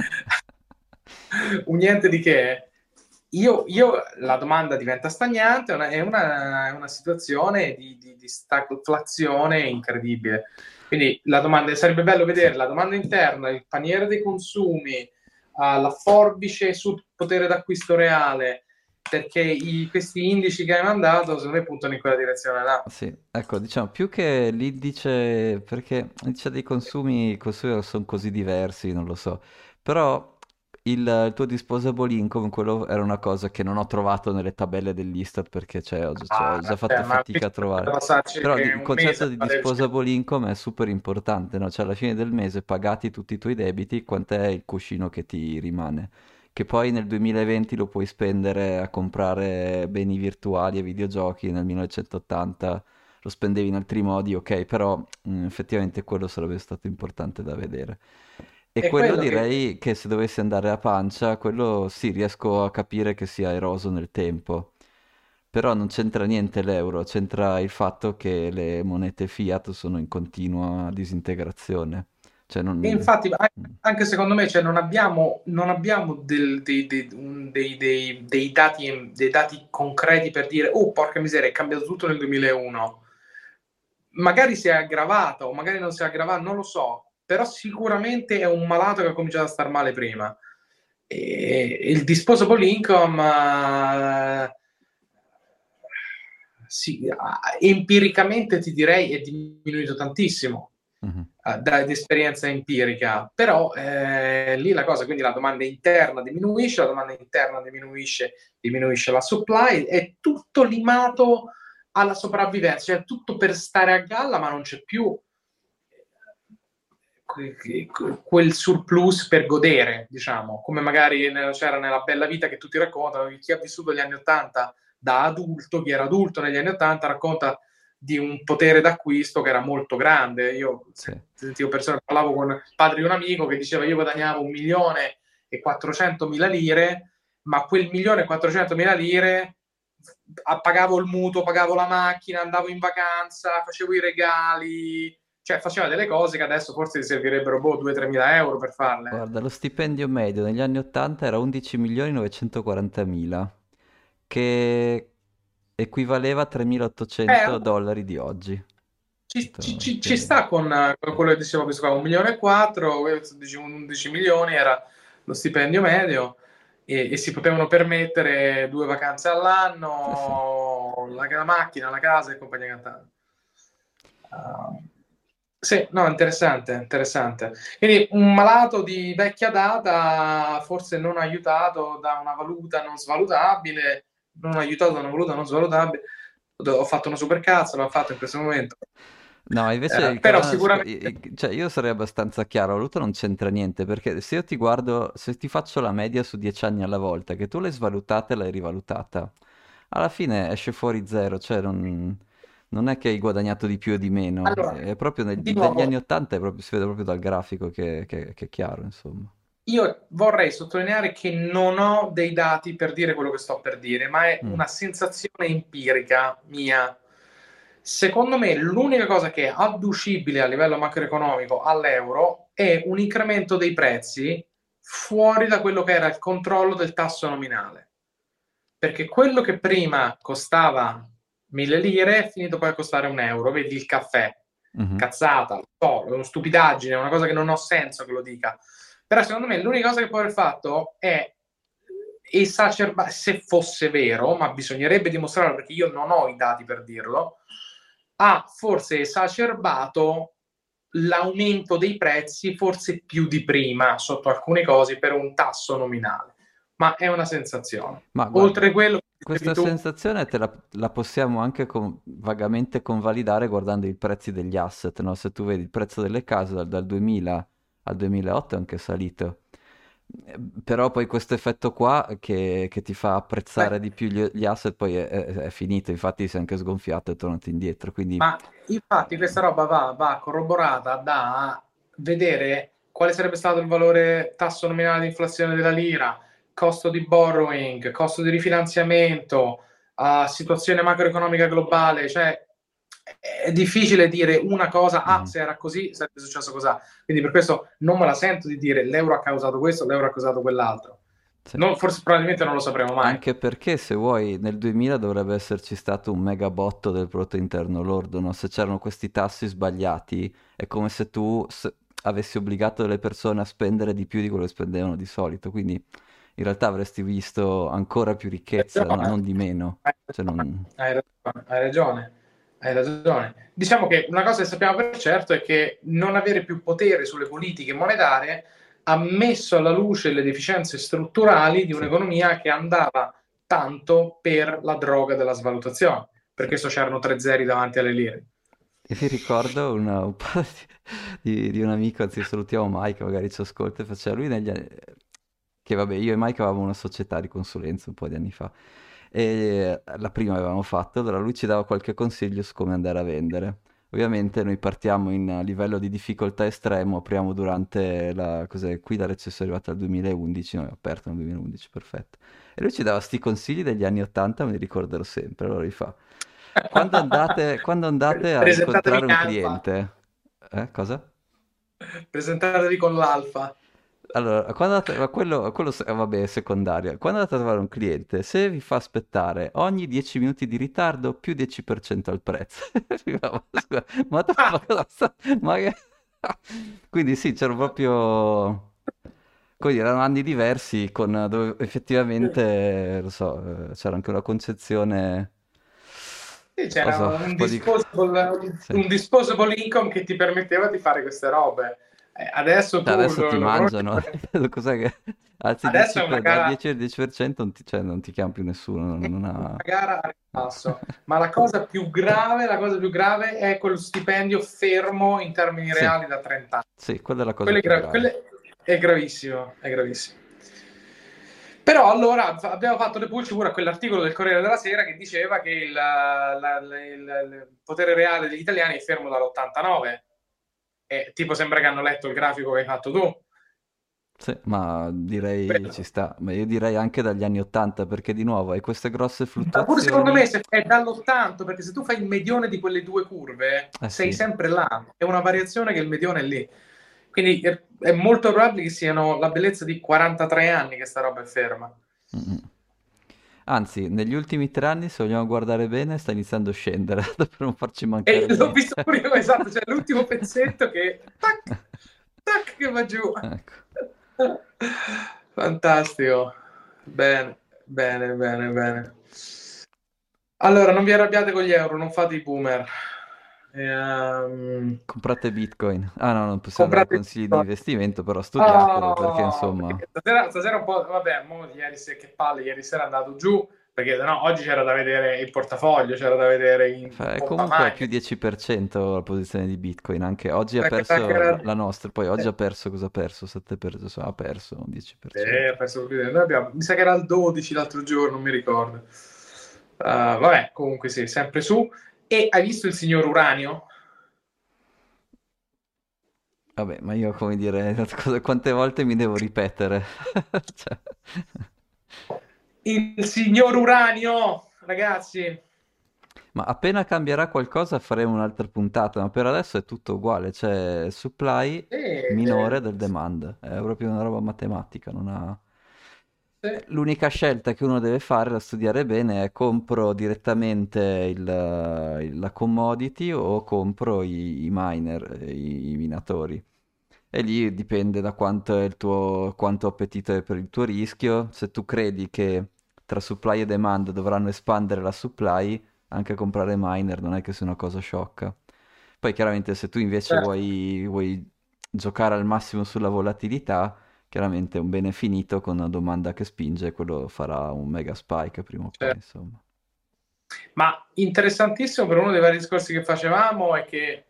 [SPEAKER 2] un niente di che, la domanda diventa stagnante, è una situazione di stagflazione incredibile. Quindi la domanda sarebbe bello
[SPEAKER 1] Sì.
[SPEAKER 2] vedere la domanda interna, il paniere dei consumi, la forbice sul potere d'acquisto reale, perché questi indici che hai mandato, secondo me, puntano in quella direzione là.
[SPEAKER 1] Sì, ecco, diciamo più che l'indice, perché l'indice dei consumi sono così diversi, non lo so, però il tuo disposable income, quello era una cosa che non ho trovato nelle tabelle dell'Istat perché ho già fatto
[SPEAKER 2] Ma
[SPEAKER 1] fatica a trovare.
[SPEAKER 2] da passarci
[SPEAKER 1] Però il
[SPEAKER 2] un mese
[SPEAKER 1] concetto
[SPEAKER 2] a
[SPEAKER 1] di
[SPEAKER 2] fare il censo.
[SPEAKER 1] disposable income è super importante, no? Cioè alla fine del mese pagati tutti i tuoi debiti, quant'è il cuscino che ti rimane? Che poi nel 2020 lo puoi spendere a comprare beni virtuali e videogiochi, nel 1980 lo spendevi in altri modi, ok, però effettivamente quello sarebbe stato importante da vedere. E
[SPEAKER 2] È
[SPEAKER 1] quello
[SPEAKER 2] quello che
[SPEAKER 1] direi che se dovessi andare a pancia, quello sì, riesco a capire che sia eroso nel tempo. Però non c'entra niente l'euro, c'entra il fatto che le monete fiat sono in continua disintegrazione. Cioè
[SPEAKER 2] E
[SPEAKER 1] non...
[SPEAKER 2] infatti, anche secondo me, cioè, non abbiamo dei dati concreti per dire, oh, porca miseria, è cambiato tutto nel 2001. Magari si è aggravato, o magari non si è aggravato, non lo so, però sicuramente è un malato che ha cominciato a star male prima. E il disposable income, sì, empiricamente ti direi è diminuito tantissimo
[SPEAKER 1] Mhm.
[SPEAKER 2] da esperienza empirica, però lì la cosa, quindi la domanda interna diminuisce, la domanda interna diminuisce la supply, è tutto limato alla sopravvivenza, cioè tutto per stare a galla, ma non c'è più quel surplus per godere, diciamo, come magari c'era nella Bella Vita che tutti raccontano, chi ha vissuto gli anni Ottanta da adulto, chi era adulto negli anni Ottanta racconta di un potere d'acquisto che era molto grande. Io
[SPEAKER 1] Sì.
[SPEAKER 2] sentivo persone, parlavo con il padre di un amico che diceva io guadagnavo 1.400.000 lire, ma quel 1.400.000 lire pagavo il mutuo, pagavo la macchina, andavo in vacanza, facevo i regali, cioè faceva delle cose che adesso forse ti servirebbero 2-3 mila euro per farle.
[SPEAKER 1] Guarda, lo stipendio medio negli anni 80 era 11.940.000, che equivaleva a 3.800
[SPEAKER 2] Eh,
[SPEAKER 1] dollari di oggi.
[SPEAKER 2] ci sta con quello che diceva questo qua, 1.400.000, dicevo 11 milioni era lo stipendio medio e si potevano permettere 2 vacanze
[SPEAKER 1] Sì, sì.
[SPEAKER 2] all'anno, la macchina, la casa e compagnia cantante. Uh, sì, no, interessante, interessante. Quindi un malato di vecchia data, forse non aiutato da una valuta non svalutabile, non aiutato da una valuta non svalutabile. Ho fatto una supercazzo, l'ho fatto in questo momento.
[SPEAKER 1] No, invece il
[SPEAKER 2] Però
[SPEAKER 1] Cardano,
[SPEAKER 2] sicuramente
[SPEAKER 1] cioè io sarei abbastanza chiaro, la valuta non c'entra niente, perché se io ti guardo, se ti faccio la media su 10 anni alla volta, che tu l'hai svalutata e l'hai rivalutata, alla fine esce fuori zero, cioè non è che hai guadagnato di più o di meno,
[SPEAKER 2] allora,
[SPEAKER 1] è proprio
[SPEAKER 2] di
[SPEAKER 1] dagli
[SPEAKER 2] nuovo,
[SPEAKER 1] anni 80 si vede proprio dal grafico che è chiaro, insomma.
[SPEAKER 2] io vorrei sottolineare che non ho dei dati per dire quello che sto per dire, ma è
[SPEAKER 1] Mm,
[SPEAKER 2] una sensazione empirica mia. Secondo me l'unica cosa che è adducibile a livello macroeconomico all'euro è un incremento dei prezzi fuori da quello che era il controllo del tasso nominale. Perché quello che prima costava 1.000 lire è finito poi a costare un euro. Vedi il caffè,
[SPEAKER 1] mhm.
[SPEAKER 2] cazzata, lo so, è una stupidaggine, è una cosa che non ha senso che lo dica. Però secondo me l'unica cosa che può aver fatto è esacerbare, se fosse vero, ma bisognerebbe dimostrarlo perché io non ho i dati per dirlo, ha forse esacerbato l'aumento dei prezzi forse più di prima sotto alcune cose per un tasso nominale, ma è una sensazione.
[SPEAKER 1] Ma guarda,
[SPEAKER 2] Oltre a quello che
[SPEAKER 1] questa
[SPEAKER 2] dicevi tu,
[SPEAKER 1] sensazione la possiamo anche vagamente convalidare guardando i prezzi degli asset, no? Se tu vedi il prezzo delle case dal 2000 al 2008 è anche salito. Però poi questo effetto qua che ti fa
[SPEAKER 2] beh,
[SPEAKER 1] apprezzare di più gli asset poi è finito, infatti si è anche sgonfiato e tornato indietro, quindi...
[SPEAKER 2] ma infatti questa roba va corroborata da vedere quale sarebbe stato il valore tasso nominale di inflazione della lira, costo di borrowing, costo di rifinanziamento, situazione macroeconomica globale, cioè è difficile dire una cosa,
[SPEAKER 1] Mhm,
[SPEAKER 2] se era così sarebbe successo così. Quindi per questo non me la sento di dire l'euro ha causato questo, l'euro ha causato quell'altro.
[SPEAKER 1] sì.
[SPEAKER 2] Forse probabilmente non lo sapremo mai.
[SPEAKER 1] Anche perché se vuoi nel 2000 dovrebbe esserci stato un megabotto del prodotto interno lordo, no? Se c'erano questi tassi sbagliati è come se tu avessi obbligato le persone a spendere di più di quello che spendevano di solito, quindi in realtà avresti visto ancora più
[SPEAKER 2] Hai
[SPEAKER 1] ricchezza, no?
[SPEAKER 2] ragione,
[SPEAKER 1] Non di meno. Cioè non...
[SPEAKER 2] hai ragione, hai ragione, hai ragione. Diciamo che una cosa che sappiamo per certo è che non avere più potere sulle politiche monetarie ha messo alla luce le deficienze strutturali di
[SPEAKER 1] Sì,
[SPEAKER 2] un'economia che andava tanto per la droga della svalutazione. Per
[SPEAKER 1] sì.
[SPEAKER 2] questo c'erano 3 zeri davanti alle lire.
[SPEAKER 1] E vi ricordo un po' di un amico, anzi salutiamo Mike, magari ci ascolta, e faceva lui negli anni... Che vabbè, io e Mike avevamo una società di consulenza un po' di anni fa. E la prima avevamo fatto, allora lui ci dava qualche consiglio su come andare a vendere. Ovviamente noi partiamo in livello di difficoltà estremo, apriamo durante la... cos'è? Qui la recensione è arrivata al 2011, noi abbiamo aperto nel 2011, perfetto. E lui ci dava sti consigli degli anni 80, me li ricorderò sempre, allora li fa. Quando andate a
[SPEAKER 2] Presentatevi
[SPEAKER 1] incontrare
[SPEAKER 2] in
[SPEAKER 1] un
[SPEAKER 2] alfa,
[SPEAKER 1] cliente... Cosa?
[SPEAKER 2] presentatevi con l'alfa.
[SPEAKER 1] Allora, quando andate, ma vabbè, è secondario. Quando andate a trovare un cliente, se vi fa aspettare ogni 10 minuti di ritardo, più 10% al prezzo. Ma scusa, ma cosa ma che... Quindi sì, c'erano proprio... Come dire, erano anni diversi dove effettivamente, lo so, c'era anche una concezione,
[SPEAKER 2] Sì,
[SPEAKER 1] non lo
[SPEAKER 2] c'era
[SPEAKER 1] so, un po' di... Sì.
[SPEAKER 2] un disposable income che ti permetteva di fare queste robe. Adesso
[SPEAKER 1] Cioè,
[SPEAKER 2] tu
[SPEAKER 1] adesso ti
[SPEAKER 2] lo conosci?
[SPEAKER 1] mangiano, cos'è che... Alzi
[SPEAKER 2] Adesso è
[SPEAKER 1] da 10 al 10%, non ti chiama più nessuno, non
[SPEAKER 2] una
[SPEAKER 1] ha...
[SPEAKER 2] gara a ribasso, ma la cosa più grave è quello stipendio fermo in termini
[SPEAKER 1] Sì,
[SPEAKER 2] reali da 30 anni.
[SPEAKER 1] sì, quella è la cosa
[SPEAKER 2] Quello
[SPEAKER 1] più grave.
[SPEAKER 2] è gravissimo, è gravissimo. Però allora abbiamo fatto le pulci pure a quell'articolo del Corriere della Sera che diceva che il potere reale degli italiani è fermo dall'89. E tipo sembra che hanno letto il grafico che hai fatto tu.
[SPEAKER 1] Sì, ma direi ci
[SPEAKER 2] Bello.
[SPEAKER 1] sta, ma io direi anche dagli anni 80, perché di nuovo hai queste grosse
[SPEAKER 2] Ma pure secondo me
[SPEAKER 1] fluttuazioni.
[SPEAKER 2] è dall'80, perché se tu fai il medione di quelle due curve,
[SPEAKER 1] Eh
[SPEAKER 2] sei
[SPEAKER 1] sì.
[SPEAKER 2] sempre là. È una variazione che il medione è lì. Quindi è molto probabile che siano la bellezza di 43 anni che sta roba è ferma.
[SPEAKER 1] Mm. Anzi, negli ultimi 3 anni, se vogliamo guardare bene, sta iniziando a scendere, per non farci
[SPEAKER 2] E
[SPEAKER 1] mancare
[SPEAKER 2] l'ho
[SPEAKER 1] niente.
[SPEAKER 2] visto pure io, esatto, cioè l'ultimo pezzetto che tac, tac, che va giù.
[SPEAKER 1] Ecco.
[SPEAKER 2] Fantastico. Bene, bene, bene, bene. Allora, non vi arrabbiate con gli euro, non fate i boomer.
[SPEAKER 1] Comprate Bitcoin. Ah no, non possiamo dare
[SPEAKER 2] Comprate
[SPEAKER 1] consigli di
[SPEAKER 2] Bitcoin.
[SPEAKER 1] investimento, però studiatelo, perché
[SPEAKER 2] Oh,
[SPEAKER 1] insomma,
[SPEAKER 2] perché stasera un po', vabbè, ieri sera, che palle, ieri sera è andato giù, perché no, oggi c'era da vedere il portafoglio, c'era da vedere in pompa
[SPEAKER 1] comunque più
[SPEAKER 2] magna.
[SPEAKER 1] 10% la posizione di Bitcoin. Anche oggi ha
[SPEAKER 2] Sa che
[SPEAKER 1] perso
[SPEAKER 2] era...
[SPEAKER 1] la nostra, poi oggi ha perso, cosa ha perso? 7%, insomma, ha perso un 10%.
[SPEAKER 2] Ha perso Noi mi sa che era il 12 l'altro giorno, non mi ricordo. Vabbè, comunque sì, sempre su. E hai visto il signor Uranio?
[SPEAKER 1] Vabbè, ma io come dire, quante volte mi devo ripetere? Cioè,
[SPEAKER 2] Il signor Uranio, ragazzi.
[SPEAKER 1] ma appena cambierà qualcosa faremo un'altra puntata, ma per adesso è tutto uguale, c'è supply minore del demand, è proprio una roba matematica, non ha...
[SPEAKER 2] sì,
[SPEAKER 1] L'unica scelta che uno deve fare da studiare bene è compro direttamente la commodity o compro i miner, i minatori. E lì dipende da quanto è quanto appetito è per il tuo rischio. Se tu credi che tra supply e demand dovranno espandere la supply, anche comprare miner non è che sia una cosa sciocca. Poi chiaramente se tu invece
[SPEAKER 2] certo.
[SPEAKER 1] vuoi giocare al massimo sulla volatilità, chiaramente un bene finito con una domanda che spinge, quello farà un mega spike prima o poi,
[SPEAKER 2] Certo.
[SPEAKER 1] insomma.
[SPEAKER 2] Ma interessantissimo per uno dei vari discorsi che facevamo è che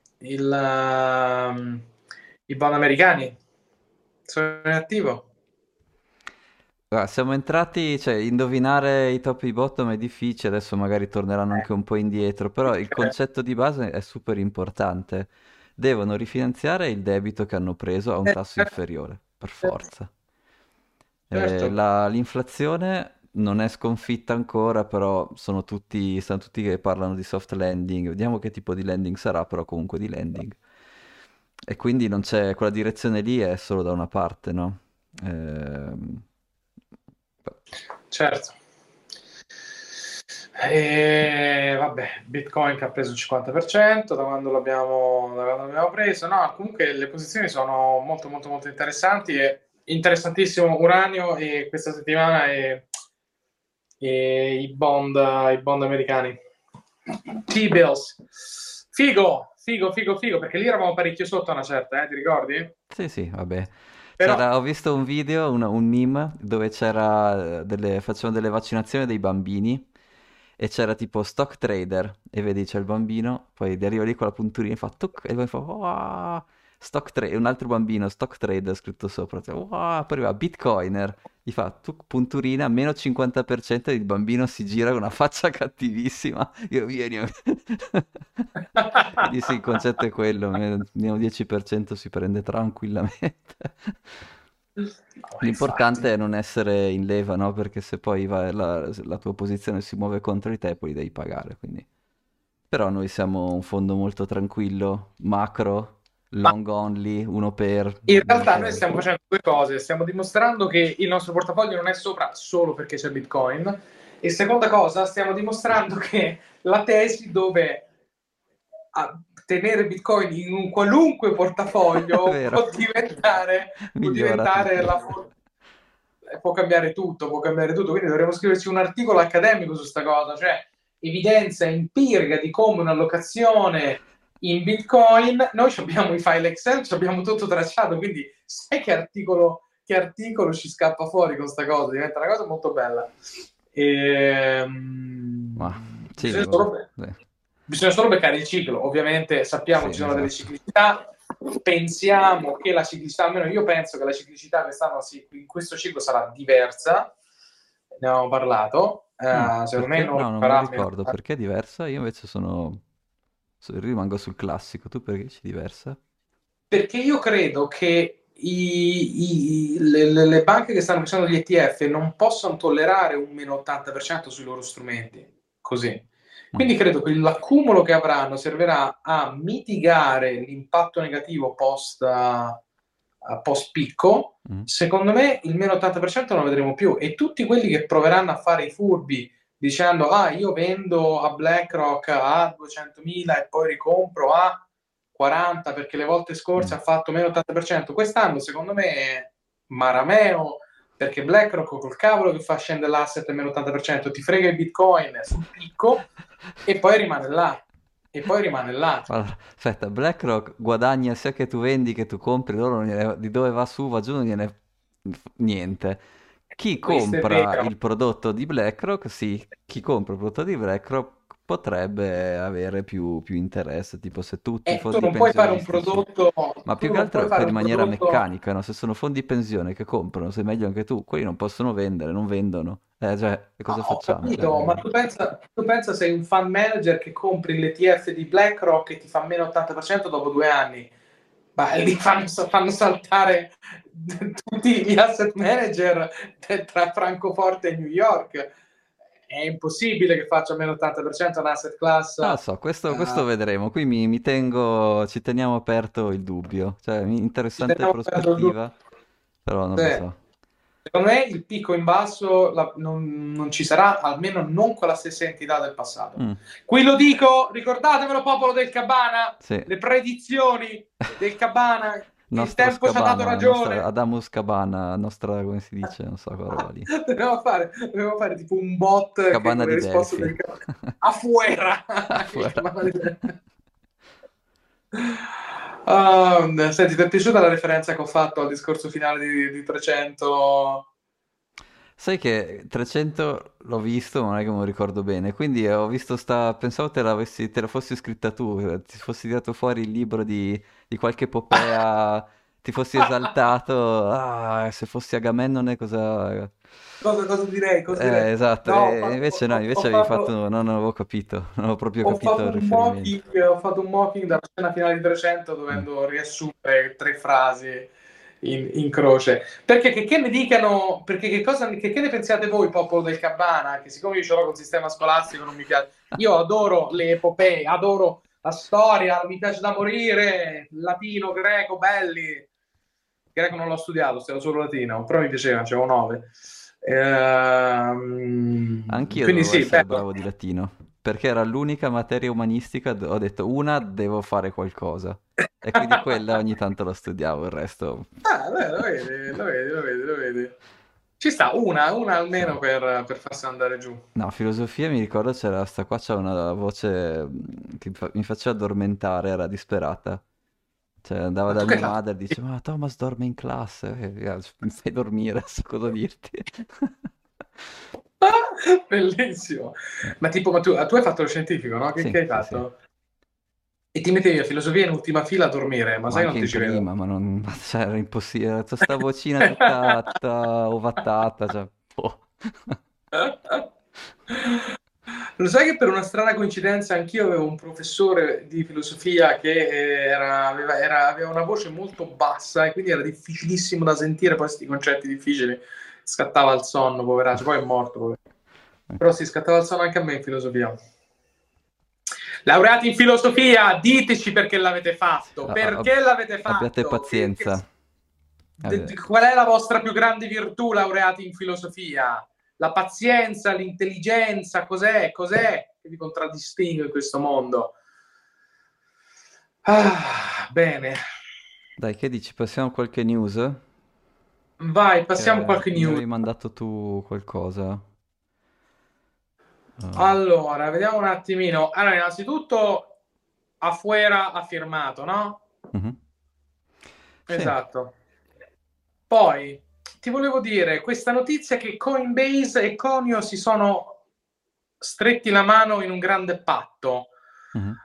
[SPEAKER 2] i bond americani sono in attivo.
[SPEAKER 1] Guarda, siamo entrati, cioè, indovinare i top e i bottom è difficile, adesso magari torneranno anche un po' indietro, però il
[SPEAKER 2] Eh,
[SPEAKER 1] concetto di base è super importante. Devono rifinanziare il debito che hanno preso a un tasso
[SPEAKER 2] certo,
[SPEAKER 1] inferiore, per
[SPEAKER 2] certo,
[SPEAKER 1] forza.
[SPEAKER 2] certo.
[SPEAKER 1] L'inflazione non è sconfitta ancora, però stanno tutti che parlano di soft landing. Vediamo che tipo di landing sarà, però comunque di landing. E quindi non c'è, quella direzione lì è solo da una parte, no? Ehm,
[SPEAKER 2] Certo. E vabbè, Bitcoin che ha preso il 50% da quando l'abbiamo preso. No, comunque le posizioni sono molto molto molto interessanti e interessantissimo Uranio e questa settimana e i bond americani. T-bills. Figo, figo, figo, figo, perché lì eravamo parecchio sotto a una certa, ti ricordi?
[SPEAKER 1] Sì, sì, vabbè.
[SPEAKER 2] Però
[SPEAKER 1] Ho visto un video, un meme, dove facevano delle vaccinazioni dei bambini e c'era tipo stock trader e vedi c'è il bambino, poi arriva lì con la punturina e fa tuc, e poi fa "Uah!" stock trade, un altro bambino, stock trader scritto sopra, cioè, wow, poi arriva Bitcoiner, gli fa, tu punturina, meno 50%, il bambino si gira con una faccia cattivissima, io vieni. Quindi sì, il concetto è quello, meno 10% si prende tranquillamente.
[SPEAKER 2] No,
[SPEAKER 1] L'importante
[SPEAKER 2] infatti.
[SPEAKER 1] è non essere in leva, no? Perché se poi la tua posizione si muove contro di te, poi devi pagare, quindi. Però noi siamo un fondo molto tranquillo, macro,
[SPEAKER 2] Ma
[SPEAKER 1] long only, uno per,
[SPEAKER 2] in realtà noi
[SPEAKER 1] niente.
[SPEAKER 2] stiamo facendo due cose. Stiamo dimostrando che il nostro portafoglio non è sopra solo perché c'è Bitcoin. E seconda cosa, stiamo dimostrando che la tesi dove tenere Bitcoin in un qualunque
[SPEAKER 1] È
[SPEAKER 2] portafoglio
[SPEAKER 1] vero,
[SPEAKER 2] può
[SPEAKER 1] migliora
[SPEAKER 2] diventare
[SPEAKER 1] tutto.
[SPEAKER 2] può cambiare tutto, può cambiare tutto. Quindi dovremmo scriverci un articolo accademico su questa cosa, cioè evidenza empirica di come un'allocazione in Bitcoin, noi abbiamo i file Excel, abbiamo tutto tracciato, quindi sai che articolo ci scappa fuori con questa cosa, diventa una cosa molto bella. E,
[SPEAKER 1] Ma sì,
[SPEAKER 2] bisogna, solo, bisogna solo beccare il ciclo, ovviamente sappiamo
[SPEAKER 1] sì,
[SPEAKER 2] che ci sono delle
[SPEAKER 1] esatto.
[SPEAKER 2] ciclicità, pensiamo che la ciclicità, almeno io penso che la ciclicità quest'anno in questo ciclo sarà diversa, ne avevamo parlato, secondo me
[SPEAKER 1] Perché?
[SPEAKER 2] non
[SPEAKER 1] No, non me lo
[SPEAKER 2] farà meno.
[SPEAKER 1] ricordo. Perché è diversa? Io invece rimango sul classico. Tu perché dici diversa?
[SPEAKER 2] Perché io credo che le banche che stanno facendo gli ETF non possono tollerare un meno 80% sui loro strumenti. Così.
[SPEAKER 1] Mm.
[SPEAKER 2] Quindi credo che l'accumulo che avranno servirà a mitigare l'impatto negativo post picco.
[SPEAKER 1] Mm.
[SPEAKER 2] Secondo me il meno 80% non lo vedremo più e tutti quelli che proveranno a fare i furbi dicendo io vendo a BlackRock a 200.000 e poi ricompro a 40 perché le volte
[SPEAKER 1] Mm.
[SPEAKER 2] scorse ha fatto meno 80%. Quest'anno, secondo me, è Marameo perché BlackRock col cavolo che fa scendere l'asset a meno 80%, ti frega il Bitcoin sul picco e poi rimane là. E poi rimane là.
[SPEAKER 1] Allora, aspetta, BlackRock guadagna sia che tu vendi che tu compri, loro di dove va su, va giù, non gliene niente. Chi
[SPEAKER 2] Questo è
[SPEAKER 1] compra
[SPEAKER 2] vero.
[SPEAKER 1] il prodotto di BlackRock, sì, chi compra il prodotto di BlackRock potrebbe avere più interesse, tipo se tutti i
[SPEAKER 2] Tu
[SPEAKER 1] fondi
[SPEAKER 2] non puoi fare un
[SPEAKER 1] pensionistici,
[SPEAKER 2] prodotto,
[SPEAKER 1] ma più
[SPEAKER 2] tu
[SPEAKER 1] che
[SPEAKER 2] non puoi
[SPEAKER 1] altro
[SPEAKER 2] fare
[SPEAKER 1] per in
[SPEAKER 2] un
[SPEAKER 1] maniera
[SPEAKER 2] prodotto.
[SPEAKER 1] meccanica, no? Se sono fondi pensione che comprano, sei meglio anche tu, quelli non possono vendere, non vendono. Cioè, e cosa
[SPEAKER 2] Ho
[SPEAKER 1] facciamo? Cioè,
[SPEAKER 2] capito, ma tu pensa sei un fund manager che compri l'ETF di BlackRock e ti fa meno 80% dopo 2 anni. Ma lì fanno saltare tutti gli asset manager tra Francoforte e New York. È impossibile che faccia meno 80% un asset class.
[SPEAKER 1] non lo so, questo vedremo. Qui ci teniamo aperto il dubbio. Cioè,
[SPEAKER 2] Ci
[SPEAKER 1] interessante
[SPEAKER 2] teniamo a perdere il dubbio.
[SPEAKER 1] prospettiva, però non lo
[SPEAKER 2] Sì.
[SPEAKER 1] so.
[SPEAKER 2] Secondo me il picco in basso non ci sarà, almeno non con la stessa entità del passato.
[SPEAKER 1] Mm,
[SPEAKER 2] Qui lo dico, ricordatevelo popolo del Cabana,
[SPEAKER 1] sì.
[SPEAKER 2] le predizioni del Cabana, il
[SPEAKER 1] Nostro
[SPEAKER 2] tempo ci ha dato
[SPEAKER 1] Scabana, nostra
[SPEAKER 2] ragione.
[SPEAKER 1] Adamus Cabana, nostra, come si dice, non so quella roba lì.
[SPEAKER 2] Dobbiamo fare tipo un bot che
[SPEAKER 1] Cabana
[SPEAKER 2] con le
[SPEAKER 1] di
[SPEAKER 2] risposte
[SPEAKER 1] Delfi.
[SPEAKER 2] del Cabana. Afuera! Il
[SPEAKER 1] Afuera.
[SPEAKER 2] Cabana di- senti, ti è piaciuta la referenza che ho fatto al discorso finale di 300?
[SPEAKER 1] Sai che 300 l'ho visto, ma non è che me lo ricordo bene, quindi ho visto pensavo te la fossi scritta tu, ti fossi tirato fuori il libro di qualche epopea, ti fossi esaltato, se fossi Agamennone cosa.
[SPEAKER 2] Cosa direi? Cosa direi?
[SPEAKER 1] Esatto,
[SPEAKER 2] No,
[SPEAKER 1] e invece no, invece avevi fatto, no, non avevo capito, non avevo proprio capito il riferimento.
[SPEAKER 2] ho fatto un mocking dalla scena finale di 300
[SPEAKER 1] Mm.
[SPEAKER 2] dovendo riassumere 3 frasi in croce. Perché che ne dicano, perché che ne pensiate voi, popolo del Cabana? Che siccome io ce l'ho col sistema scolastico non mi piace. Io adoro le epopee, adoro la storia, mi piace da morire, latino, greco, belli. Greco non l'ho studiato, ho studiato solo latino, però mi piaceva, c'avevo 9.
[SPEAKER 1] Anch'io
[SPEAKER 2] Quindi
[SPEAKER 1] dovevo
[SPEAKER 2] sì,
[SPEAKER 1] essere
[SPEAKER 2] bello.
[SPEAKER 1] bravo di latino, perché era l'unica materia umanistica, ho detto una devo fare qualcosa. E quindi quella ogni tanto la studiavo, il resto.
[SPEAKER 2] Beh, lo vedi, lo vedi, lo vedi, lo vedi. Ci sta una
[SPEAKER 1] Sì.
[SPEAKER 2] almeno per farsi andare giù.
[SPEAKER 1] No, filosofia mi ricordo c'era sta qua, c'era una voce che mi faceva addormentare, era disperata. Cioè andava
[SPEAKER 2] Ma
[SPEAKER 1] da
[SPEAKER 2] tu che
[SPEAKER 1] mia
[SPEAKER 2] hai fatto?
[SPEAKER 1] madre e dice, ma Thomas dorme in classe, mi fai dormire, so cosa dirti.
[SPEAKER 2] Bellissimo. Ma tipo, tu hai fatto lo scientifico, no? Che
[SPEAKER 1] Sì,
[SPEAKER 2] hai
[SPEAKER 1] sì, sì.
[SPEAKER 2] fatto? E ti mettevi a filosofia in ultima fila a dormire, ma
[SPEAKER 1] Ma
[SPEAKER 2] sai che
[SPEAKER 1] anche
[SPEAKER 2] non ti
[SPEAKER 1] in
[SPEAKER 2] ci vedo.
[SPEAKER 1] prima, ma non, ma, cioè, era impossibile. Sta vocina tutta ovattata, cioè, boh.
[SPEAKER 2] Lo sai che per una strana coincidenza anch'io avevo un professore di filosofia che aveva una voce molto bassa e quindi era difficilissimo da sentire, poi questi concetti difficili, scattava il sonno, poveraccio, poi è morto, però si scattava il sonno anche a me in filosofia. Laureati in filosofia, diteci perché l'avete fatto, perché l'avete
[SPEAKER 1] Abbiate
[SPEAKER 2] fatto,
[SPEAKER 1] pazienza.
[SPEAKER 2] qual è la vostra più grande virtù, laureati in filosofia? La pazienza, l'intelligenza, cos'è che vi contraddistingue in questo mondo? Ah, bene,
[SPEAKER 1] Dai, che dici? Passiamo a qualche news?
[SPEAKER 2] vai, passiamo a
[SPEAKER 1] Che
[SPEAKER 2] qualche
[SPEAKER 1] mi
[SPEAKER 2] news.
[SPEAKER 1] avevi mandato tu qualcosa? Ah,
[SPEAKER 2] Allora, vediamo un attimino. Allora, innanzitutto, Afuera ha firmato, no?
[SPEAKER 1] mhm. Sì.
[SPEAKER 2] Esatto. Poi ti volevo dire questa notizia che Coinbase e Conio si sono stretti la mano in un grande patto.
[SPEAKER 1] Mhm.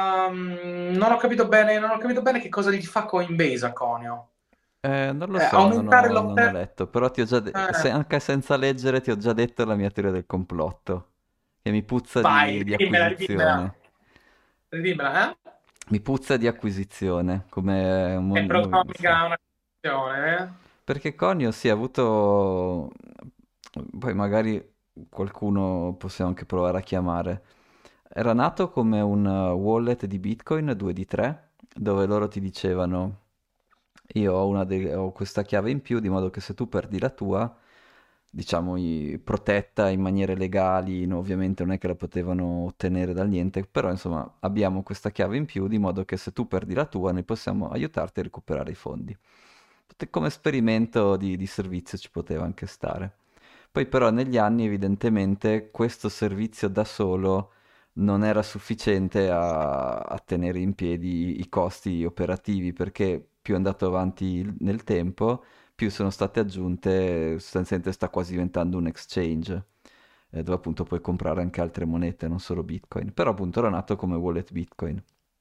[SPEAKER 2] Non ho capito bene che cosa gli fa Coinbase a Conio.
[SPEAKER 1] Non lo so,
[SPEAKER 2] Aumentare
[SPEAKER 1] non ho
[SPEAKER 2] l'offerta.
[SPEAKER 1] letto, però ti ho già anche senza leggere ti ho già detto la mia teoria del complotto, che mi puzza
[SPEAKER 2] Vai,
[SPEAKER 1] di
[SPEAKER 2] ridimmela, ridimmela.
[SPEAKER 1] acquisizione.
[SPEAKER 2] Ridimmela, eh?
[SPEAKER 1] Mi puzza di acquisizione, come
[SPEAKER 2] È
[SPEAKER 1] sì.
[SPEAKER 2] protomica una questione, eh?
[SPEAKER 1] Perché Conio si è avuto, poi magari qualcuno possiamo anche provare a chiamare. Era nato come un wallet di Bitcoin 2 di 3, dove loro ti dicevano io ho, ho questa chiave in più, di modo che se tu perdi la tua, diciamo, protetta in maniere legali, no, ovviamente non è che la potevano ottenere dal niente, però insomma abbiamo questa chiave in più, di modo che se tu perdi la tua, noi possiamo aiutarti a recuperare i fondi. Come esperimento di servizio ci poteva anche stare. Poi però negli anni evidentemente questo servizio da solo non era sufficiente a tenere in piedi i costi operativi perché più è andato avanti nel tempo, più sono state aggiunte, sostanzialmente sta quasi diventando un exchange, dove appunto puoi comprare anche altre monete, non solo Bitcoin, però appunto era nato come wallet Bitcoin.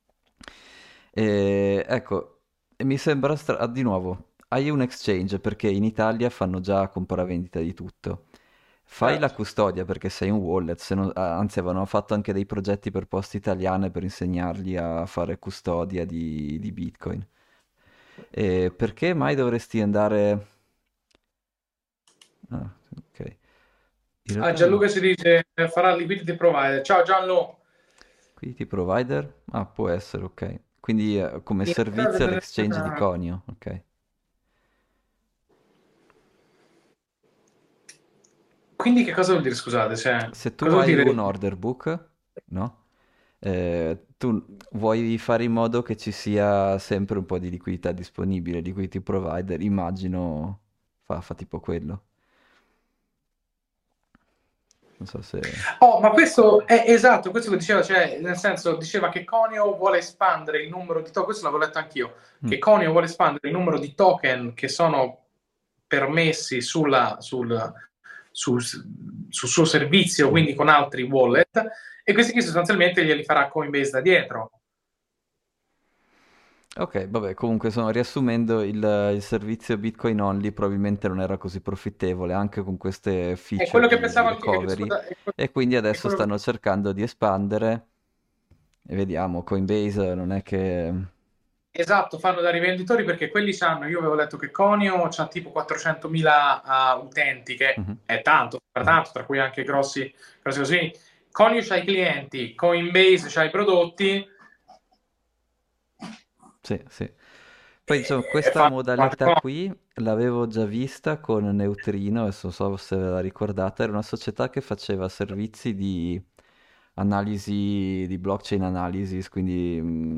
[SPEAKER 1] E ecco, e mi sembra di nuovo, hai un exchange perché in Italia fanno già compravendita di tutto. Fai la
[SPEAKER 2] Certo.
[SPEAKER 1] custodia perché sei un wallet, anzi avevano fatto anche dei progetti per Poste Italiane per insegnargli a fare custodia di Bitcoin. E perché mai dovresti andare... Ah, ok. In
[SPEAKER 2] Ah,
[SPEAKER 1] realtà no.
[SPEAKER 2] Gianluca ci dice farà liquidity provider. Ciao Gianlu.
[SPEAKER 1] Liquidity provider? Ah, può essere, ok. Quindi come servizio all'exchange di Conio, ok.
[SPEAKER 2] Quindi che cosa vuol dire, scusate? Cioè,
[SPEAKER 1] Se tu
[SPEAKER 2] cosa vuol
[SPEAKER 1] hai
[SPEAKER 2] dire?
[SPEAKER 1] un order book, no? Tu vuoi fare in modo che ci sia sempre un po' di liquidità disponibile, liquidity provider, immagino fa tipo quello. Non so se...
[SPEAKER 2] Oh, ma questo è esatto, questo che diceva, cioè, nel senso, diceva che Conio vuole espandere il numero di token, questo l'avevo letto anch'io,
[SPEAKER 1] Mm,
[SPEAKER 2] che Conio vuole espandere il numero di token che sono permessi sul suo servizio,
[SPEAKER 1] mhm.
[SPEAKER 2] quindi con altri wallet, e questi qui sostanzialmente glieli farà Coinbase da dietro.
[SPEAKER 1] Ok, vabbè, comunque riassumendo, il servizio Bitcoin Only probabilmente non era così profittevole anche con queste
[SPEAKER 2] È
[SPEAKER 1] feature
[SPEAKER 2] quello che
[SPEAKER 1] di
[SPEAKER 2] pensavo anche io,
[SPEAKER 1] recovery
[SPEAKER 2] scusa,
[SPEAKER 1] e quindi
[SPEAKER 2] è
[SPEAKER 1] adesso
[SPEAKER 2] quello.
[SPEAKER 1] stanno cercando di espandere e vediamo, Coinbase non è che...
[SPEAKER 2] Esatto, fanno da rivenditori perché quelli sanno, io avevo letto che Conio ha tipo 400.000 utenti, che
[SPEAKER 1] Mhm,
[SPEAKER 2] è tanto,
[SPEAKER 1] mhm.
[SPEAKER 2] tra cui anche grossi così. Conio c'ha i clienti, Coinbase c'ha i prodotti,
[SPEAKER 1] Sì, sì. Poi insomma, questa
[SPEAKER 2] fanno
[SPEAKER 1] modalità qui l'avevo già vista con Neutrino, adesso non so se ve la ricordate, era una società che faceva servizi di analisi, di blockchain analysis, quindi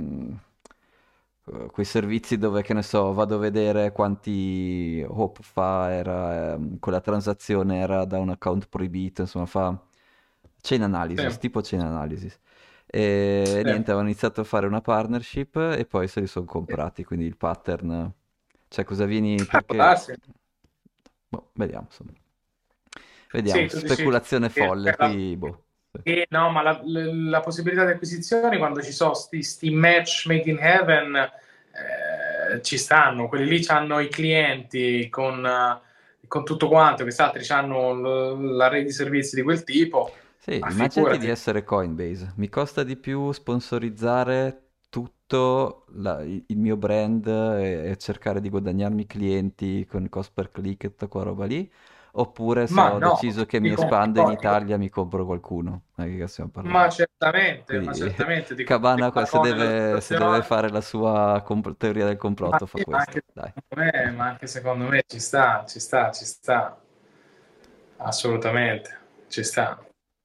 [SPEAKER 1] quei servizi dove, che ne so, vado a vedere quanti hop fa, era, quella transazione era da un account proibito, insomma fa chain
[SPEAKER 2] sì,
[SPEAKER 1] analysis, tipo chain analysis. E
[SPEAKER 2] sì.
[SPEAKER 1] niente, avevano iniziato a fare una partnership e poi se li sono comprati, quindi il pattern, cioè cosa vieni,
[SPEAKER 2] Può
[SPEAKER 1] perché,
[SPEAKER 2] darsi.
[SPEAKER 1] boh, vediamo, insomma. Vediamo,
[SPEAKER 2] Sì, tu dici
[SPEAKER 1] speculazione
[SPEAKER 2] che
[SPEAKER 1] folle, qui, boh,
[SPEAKER 2] E no, ma la possibilità di acquisizioni quando ci sono sti match made in heaven ci stanno, quelli lì hanno i clienti con tutto quanto, che altri hanno la rete di servizi di quel tipo,
[SPEAKER 1] Sì,
[SPEAKER 2] ma
[SPEAKER 1] immaginati di
[SPEAKER 2] figurati.
[SPEAKER 1] essere Coinbase. Mi costa di più sponsorizzare tutto il mio brand e cercare di guadagnarmi clienti con il cost per click e tutta quella roba lì. Oppure se
[SPEAKER 2] Ma
[SPEAKER 1] ho
[SPEAKER 2] no,
[SPEAKER 1] deciso che mi
[SPEAKER 2] ti compri
[SPEAKER 1] espando in
[SPEAKER 2] Coinbase.
[SPEAKER 1] Italia mi compro qualcuno. Di che stiamo parlando?
[SPEAKER 2] Ma
[SPEAKER 1] Quindi
[SPEAKER 2] certamente ti compri
[SPEAKER 1] Cabana
[SPEAKER 2] una
[SPEAKER 1] se
[SPEAKER 2] con nella
[SPEAKER 1] se deve
[SPEAKER 2] situazione.
[SPEAKER 1] fare la sua teoria del
[SPEAKER 2] Ma,
[SPEAKER 1] complotto fa
[SPEAKER 2] sì,
[SPEAKER 1] questo. Dai.
[SPEAKER 2] ma anche secondo me ci sta, ci sta, ci sta, assolutamente, ci sta.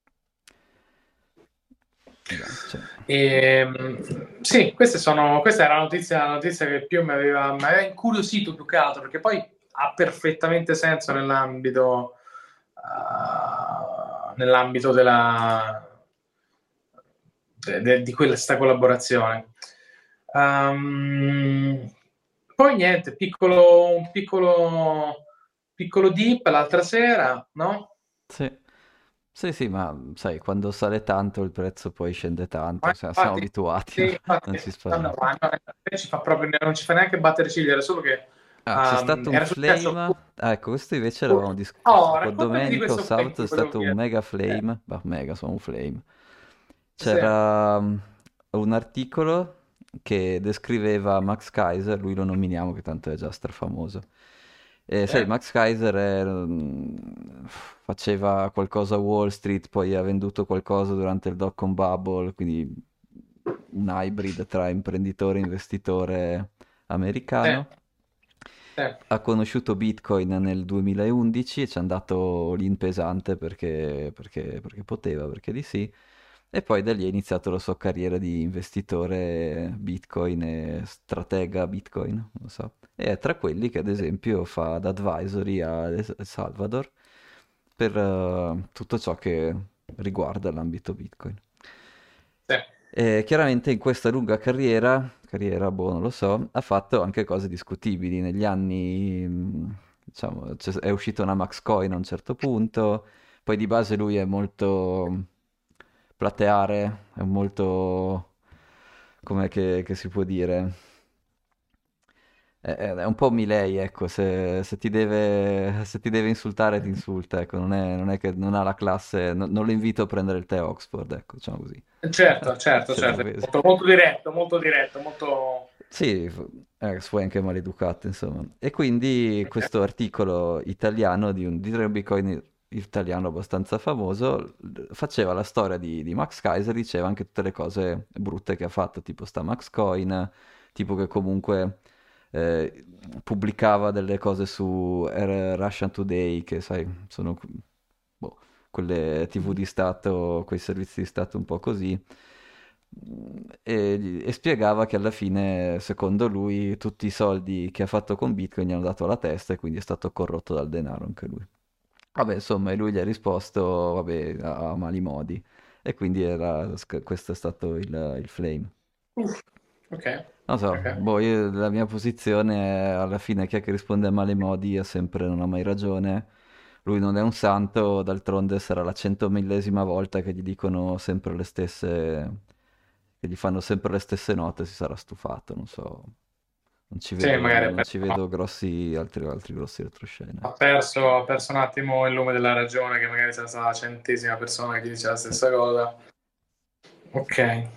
[SPEAKER 1] Dai, cioè.
[SPEAKER 2] Sì, questa era la notizia che più mi aveva incuriosito più che altro, perché poi ha perfettamente senso nell'ambito di questa collaborazione. Um, Poi niente, piccolo dip l'altra sera, no?
[SPEAKER 1] Sì. Sì, sì, ma sai, quando sale tanto il prezzo poi scende tanto,
[SPEAKER 2] Ma
[SPEAKER 1] siamo
[SPEAKER 2] infatti,
[SPEAKER 1] abituati,
[SPEAKER 2] sì,
[SPEAKER 1] non
[SPEAKER 2] infatti,
[SPEAKER 1] ci
[SPEAKER 2] no, no,
[SPEAKER 1] spaventa.
[SPEAKER 2] ma no, ci fa proprio, non ci fa neanche battere ciglia, era solo che
[SPEAKER 1] Ah, c'è stato un
[SPEAKER 2] era successo.
[SPEAKER 1] flame, ah, ecco, questo invece l'avevamo discusso,
[SPEAKER 2] Oh,
[SPEAKER 1] tipo
[SPEAKER 2] raccontami di
[SPEAKER 1] domenica o
[SPEAKER 2] questo flame
[SPEAKER 1] sabato
[SPEAKER 2] che
[SPEAKER 1] è
[SPEAKER 2] volevo
[SPEAKER 1] stato un
[SPEAKER 2] chiedere.
[SPEAKER 1] mega flame, bah, mega, sono un flame.
[SPEAKER 2] Sì,
[SPEAKER 1] C'era un articolo che descriveva Max Kaiser, lui lo nominiamo che tanto è già strafamoso. E
[SPEAKER 2] sì,
[SPEAKER 1] sai, Max Kaiser faceva qualcosa a Wall Street, poi ha venduto qualcosa durante il dot-com bubble, quindi un hybrid tra imprenditore e investitore
[SPEAKER 2] sì,
[SPEAKER 1] americano.
[SPEAKER 2] sì,
[SPEAKER 1] Ha conosciuto Bitcoin nel 2011 e ci è andato lì in pesante perché poteva, perché di sì. E poi da lì è iniziato la sua carriera di investitore Bitcoin e stratega Bitcoin, non lo so. E è tra quelli che ad esempio fa da advisory a El Salvador per tutto ciò che riguarda l'ambito Bitcoin.
[SPEAKER 2] sì.
[SPEAKER 1] E chiaramente in questa lunga carriera, boh, non lo so, ha fatto anche cose discutibili. Negli anni, diciamo, è uscita una Max Coin a un certo punto, poi di base lui è molto plateare, è molto, com'è che si può dire? È un po' Milei, ecco, se ti deve insultare ti insulta, ecco, non è che non ha la classe, non lo invito a prendere il tè a Oxford, ecco, diciamo così.
[SPEAKER 2] Certo, certo,
[SPEAKER 1] Se lo
[SPEAKER 2] certo.
[SPEAKER 1] vedi.
[SPEAKER 2] Molto, molto diretto, molto diretto, molto...
[SPEAKER 1] Sì, fu anche maleducato, insomma. E quindi
[SPEAKER 2] Ok.
[SPEAKER 1] questo articolo italiano di un Bitcoin italiano abbastanza famoso faceva la storia di Max Kaiser, diceva anche tutte le cose brutte che ha fatto, tipo sta Max Coin, tipo che comunque eh, pubblicava delle cose su Russian Today, che sai, sono boh, quelle TV di Stato, quei servizi di Stato un po' così. E spiegava che alla fine, secondo lui, tutti i soldi che ha fatto con Bitcoin gli hanno dato la testa e quindi è stato corrotto dal denaro anche lui. Vabbè, insomma, e lui gli ha risposto, vabbè, a mali modi. E quindi questo è stato il flame.
[SPEAKER 2] Uff, ok,
[SPEAKER 1] Non so,
[SPEAKER 2] ok.
[SPEAKER 1] boh, la mia posizione è alla fine chi è che risponde a male modi ha sempre, non ha mai ragione. Lui non è un santo, d'altronde sarà la 100.000esima volta che gli dicono sempre le stesse, che gli fanno sempre le stesse note, si sarà stufato, non so.
[SPEAKER 2] Sì, magari
[SPEAKER 1] Non ci vedo altri grossi retroscena.
[SPEAKER 2] ha perso un attimo il lume della ragione, che magari sarà stata la centesima persona che dice la stessa cosa. Ok,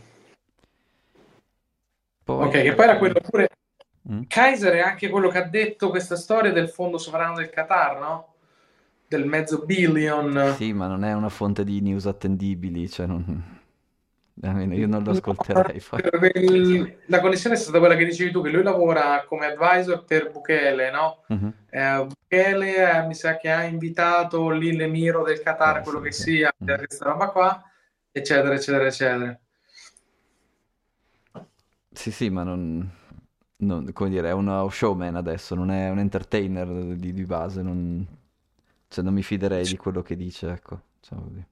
[SPEAKER 2] ok,
[SPEAKER 1] Poi,
[SPEAKER 2] che poi era quello pure.
[SPEAKER 1] mm?
[SPEAKER 2] Kaiser è anche quello che ha detto questa storia del fondo sovrano del Qatar, no? Del mezzo billion.
[SPEAKER 1] Sì, ma non è una fonte di news attendibili, cioè almeno io non lo
[SPEAKER 2] No,
[SPEAKER 1] ascolterei poi.
[SPEAKER 2] la connessione è stata quella che dicevi tu, che lui lavora come advisor per Bukele, no?
[SPEAKER 1] Mhm.
[SPEAKER 2] Bukele mi sa che ha invitato lì l'emiro del
[SPEAKER 1] Può
[SPEAKER 2] Qatar, quello che
[SPEAKER 1] essere, sì.
[SPEAKER 2] sia,
[SPEAKER 1] Mhm.
[SPEAKER 2] per questa roba qua, eccetera, eccetera, eccetera.
[SPEAKER 1] Sì, sì, ma come dire, è uno showman adesso, non è un entertainer di base, cioè non mi fiderei di quello che dice, ecco. Diciamo così.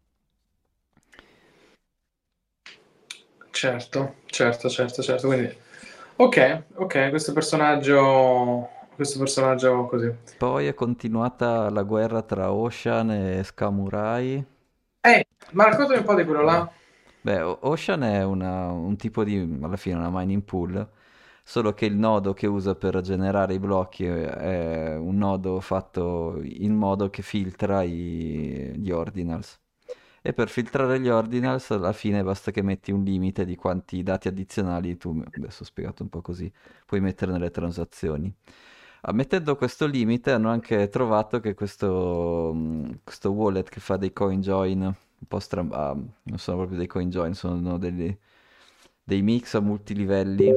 [SPEAKER 2] Certo, certo, certo, certo. Quindi, ok, questo personaggio così.
[SPEAKER 1] Poi è continuata la guerra tra Ocean e Scamurai.
[SPEAKER 2] Ma raccontami un po' di quello
[SPEAKER 1] Beh,
[SPEAKER 2] là.
[SPEAKER 1] Ocean è un tipo di, alla fine, una mining pool, solo che il nodo che usa per generare i blocchi è un nodo fatto in modo che filtra gli ordinals. E per filtrare gli ordinals, alla fine basta che metti un limite di quanti dati addizionali tu, adesso ho spiegato un po' così, puoi mettere nelle transazioni. Mettendo questo limite hanno anche trovato che questo wallet che fa dei coin join un po' non sono proprio dei coin join, sono dei mix a multilivelli.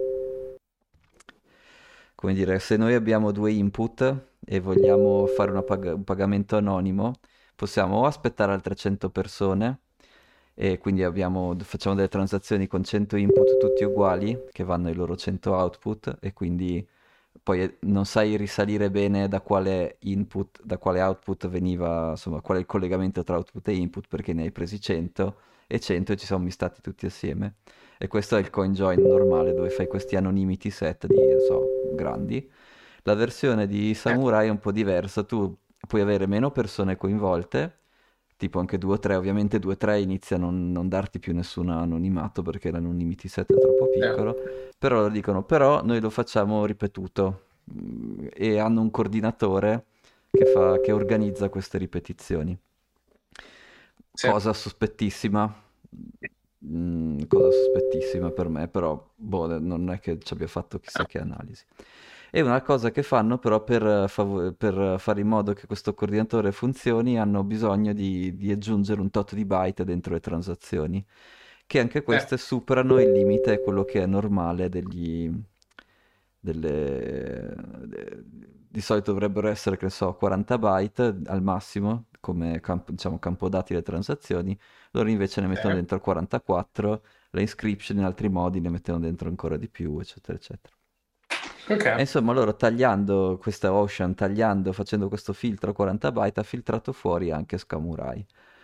[SPEAKER 1] Come dire, se noi abbiamo due input e vogliamo fare un pagamento anonimo, possiamo o aspettare altre 100 persone e quindi facciamo delle transazioni con 100 input tutti uguali che vanno ai loro 100 output e quindi poi non sai risalire bene da quale input, da quale output veniva, insomma, qual è il collegamento tra output e input perché ne hai presi 100 e 100 e ci siamo mistati tutti assieme. E questo è il coin join normale dove fai questi anonymity set di, non so, grandi. La versione di Samurai è un po' diversa, tu puoi avere meno persone coinvolte, tipo anche 2 o 3, ovviamente 2 o 3 inizia a non darti più nessun anonimato perché l'anonymity set è troppo piccolo, però loro dicono, però noi lo facciamo ripetuto e hanno un coordinatore che organizza queste ripetizioni.
[SPEAKER 2] Sì.
[SPEAKER 1] Cosa sospettissima, cosa sospettissima per me, però boh, non è che ci abbia fatto chissà che analisi. E una cosa che fanno però per fare in modo che questo coordinatore funzioni hanno bisogno di aggiungere un tot di byte dentro le transazioni, che anche
[SPEAKER 2] Sì.
[SPEAKER 1] queste superano il limite, quello che è normale di solito dovrebbero essere, che ne so, 40 byte al massimo, come diciamo, campo dati le transazioni, loro invece ne
[SPEAKER 2] Sì.
[SPEAKER 1] mettono dentro 44, le inscription in altri modi ne mettono dentro ancora di più, eccetera, eccetera.
[SPEAKER 2] Ok.
[SPEAKER 1] E insomma, loro tagliando questa Ocean, facendo questo filtro 40 byte, ha filtrato fuori anche Scamurai.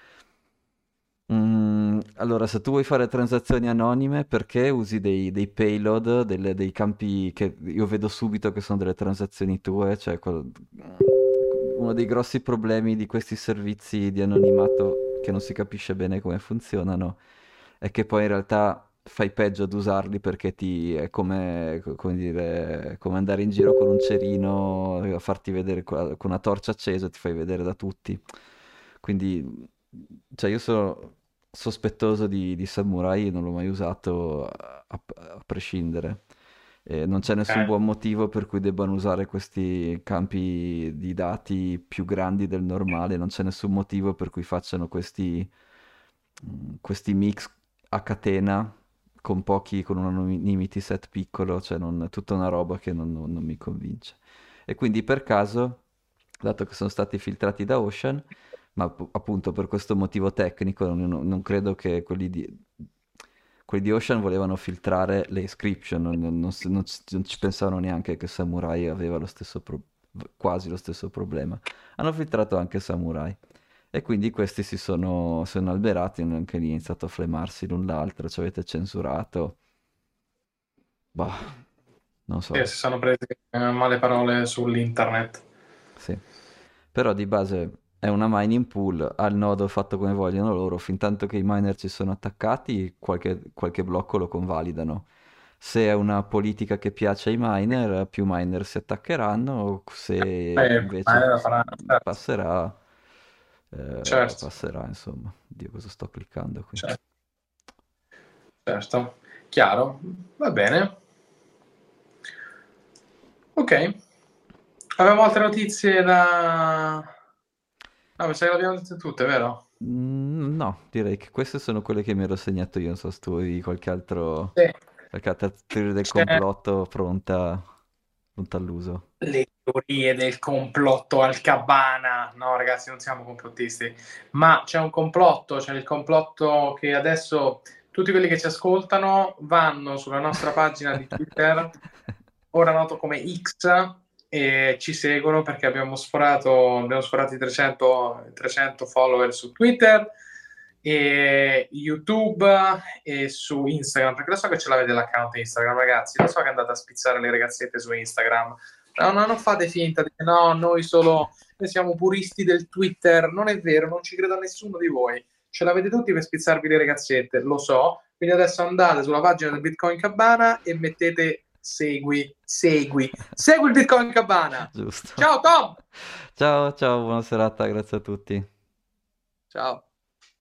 [SPEAKER 1] Allora, se tu vuoi fare transazioni anonime, perché usi dei payload, dei campi che io vedo subito che sono delle transazioni tue? Cioè, uno dei grossi problemi di questi servizi di anonimato che non si capisce bene come funzionano è che poi in realtà fai peggio ad usarli perché è come dire, come andare in giro con un cerino a farti vedere con una torcia accesa, ti fai vedere da tutti. Quindi, cioè, io sono sospettoso di Samurai, non l'ho mai usato a prescindere. Non c'è nessun
[SPEAKER 2] Ok.
[SPEAKER 1] buon motivo per cui debbano usare questi campi di dati più grandi del normale, non c'è nessun motivo per cui facciano questi mix a catena con un anonymity set piccolo, cioè tutta una roba che non mi convince. E quindi per caso, dato che sono stati filtrati da Ocean, ma appunto per questo motivo tecnico non credo che quelli di Ocean volevano filtrare le inscription, non ci pensavano neanche che Samurai aveva quasi lo stesso problema. Hanno filtrato anche Samurai. E quindi questi sono alberati, hanno anche lì iniziato a flemarsi l'un l'altro, ci avete censurato. Bah, non
[SPEAKER 2] Sì,
[SPEAKER 1] so.
[SPEAKER 2] si sono presi male parole sull'internet.
[SPEAKER 1] Sì. Però di base è una mining pool, ha il nodo fatto come vogliono loro, fin tanto che i miner ci sono attaccati, qualche blocco lo convalidano. Se è una politica che piace ai miner, più miner si attaccheranno, se invece
[SPEAKER 2] Ma farà, certo,
[SPEAKER 1] passerà,
[SPEAKER 2] certo,
[SPEAKER 1] passerà, insomma. Dio, cosa sto cliccando qui?
[SPEAKER 2] certo, certo. Chiaro, va bene. Ok, avevamo altre notizie da... No, mi sa che le abbiamo dette tutte, vero?
[SPEAKER 1] No, direi che queste sono quelle che mi ero segnato io, non so se tu avevi
[SPEAKER 2] Sì.
[SPEAKER 1] qualche altra teoria del
[SPEAKER 2] C'è
[SPEAKER 1] complotto pronta all'uso.
[SPEAKER 2] le teorie del complotto al cabana. No, ragazzi, non siamo complottisti, ma c'è un complotto, c'è il complotto che adesso tutti quelli che ci ascoltano vanno sulla nostra pagina di Twitter, ora noto come X, e ci seguono perché abbiamo sforato i 300 follower su Twitter e YouTube e su Instagram, perché lo so che ce l'avete l'account Instagram, ragazzi, lo so che andate a spizzare le ragazzette su Instagram, No, no, non fate finta di no, noi siamo puristi del Twitter. Non è vero, non ci credo a nessuno di voi. Ce l'avete tutti per spizzarvi le ragazzette, lo so. Quindi adesso andate sulla pagina del Bitcoin Cabana e mettete segui il Bitcoin Cabana.
[SPEAKER 1] Giusto.
[SPEAKER 2] Ciao Tom!
[SPEAKER 1] Ciao, ciao, buona serata, grazie a tutti.
[SPEAKER 2] Ciao.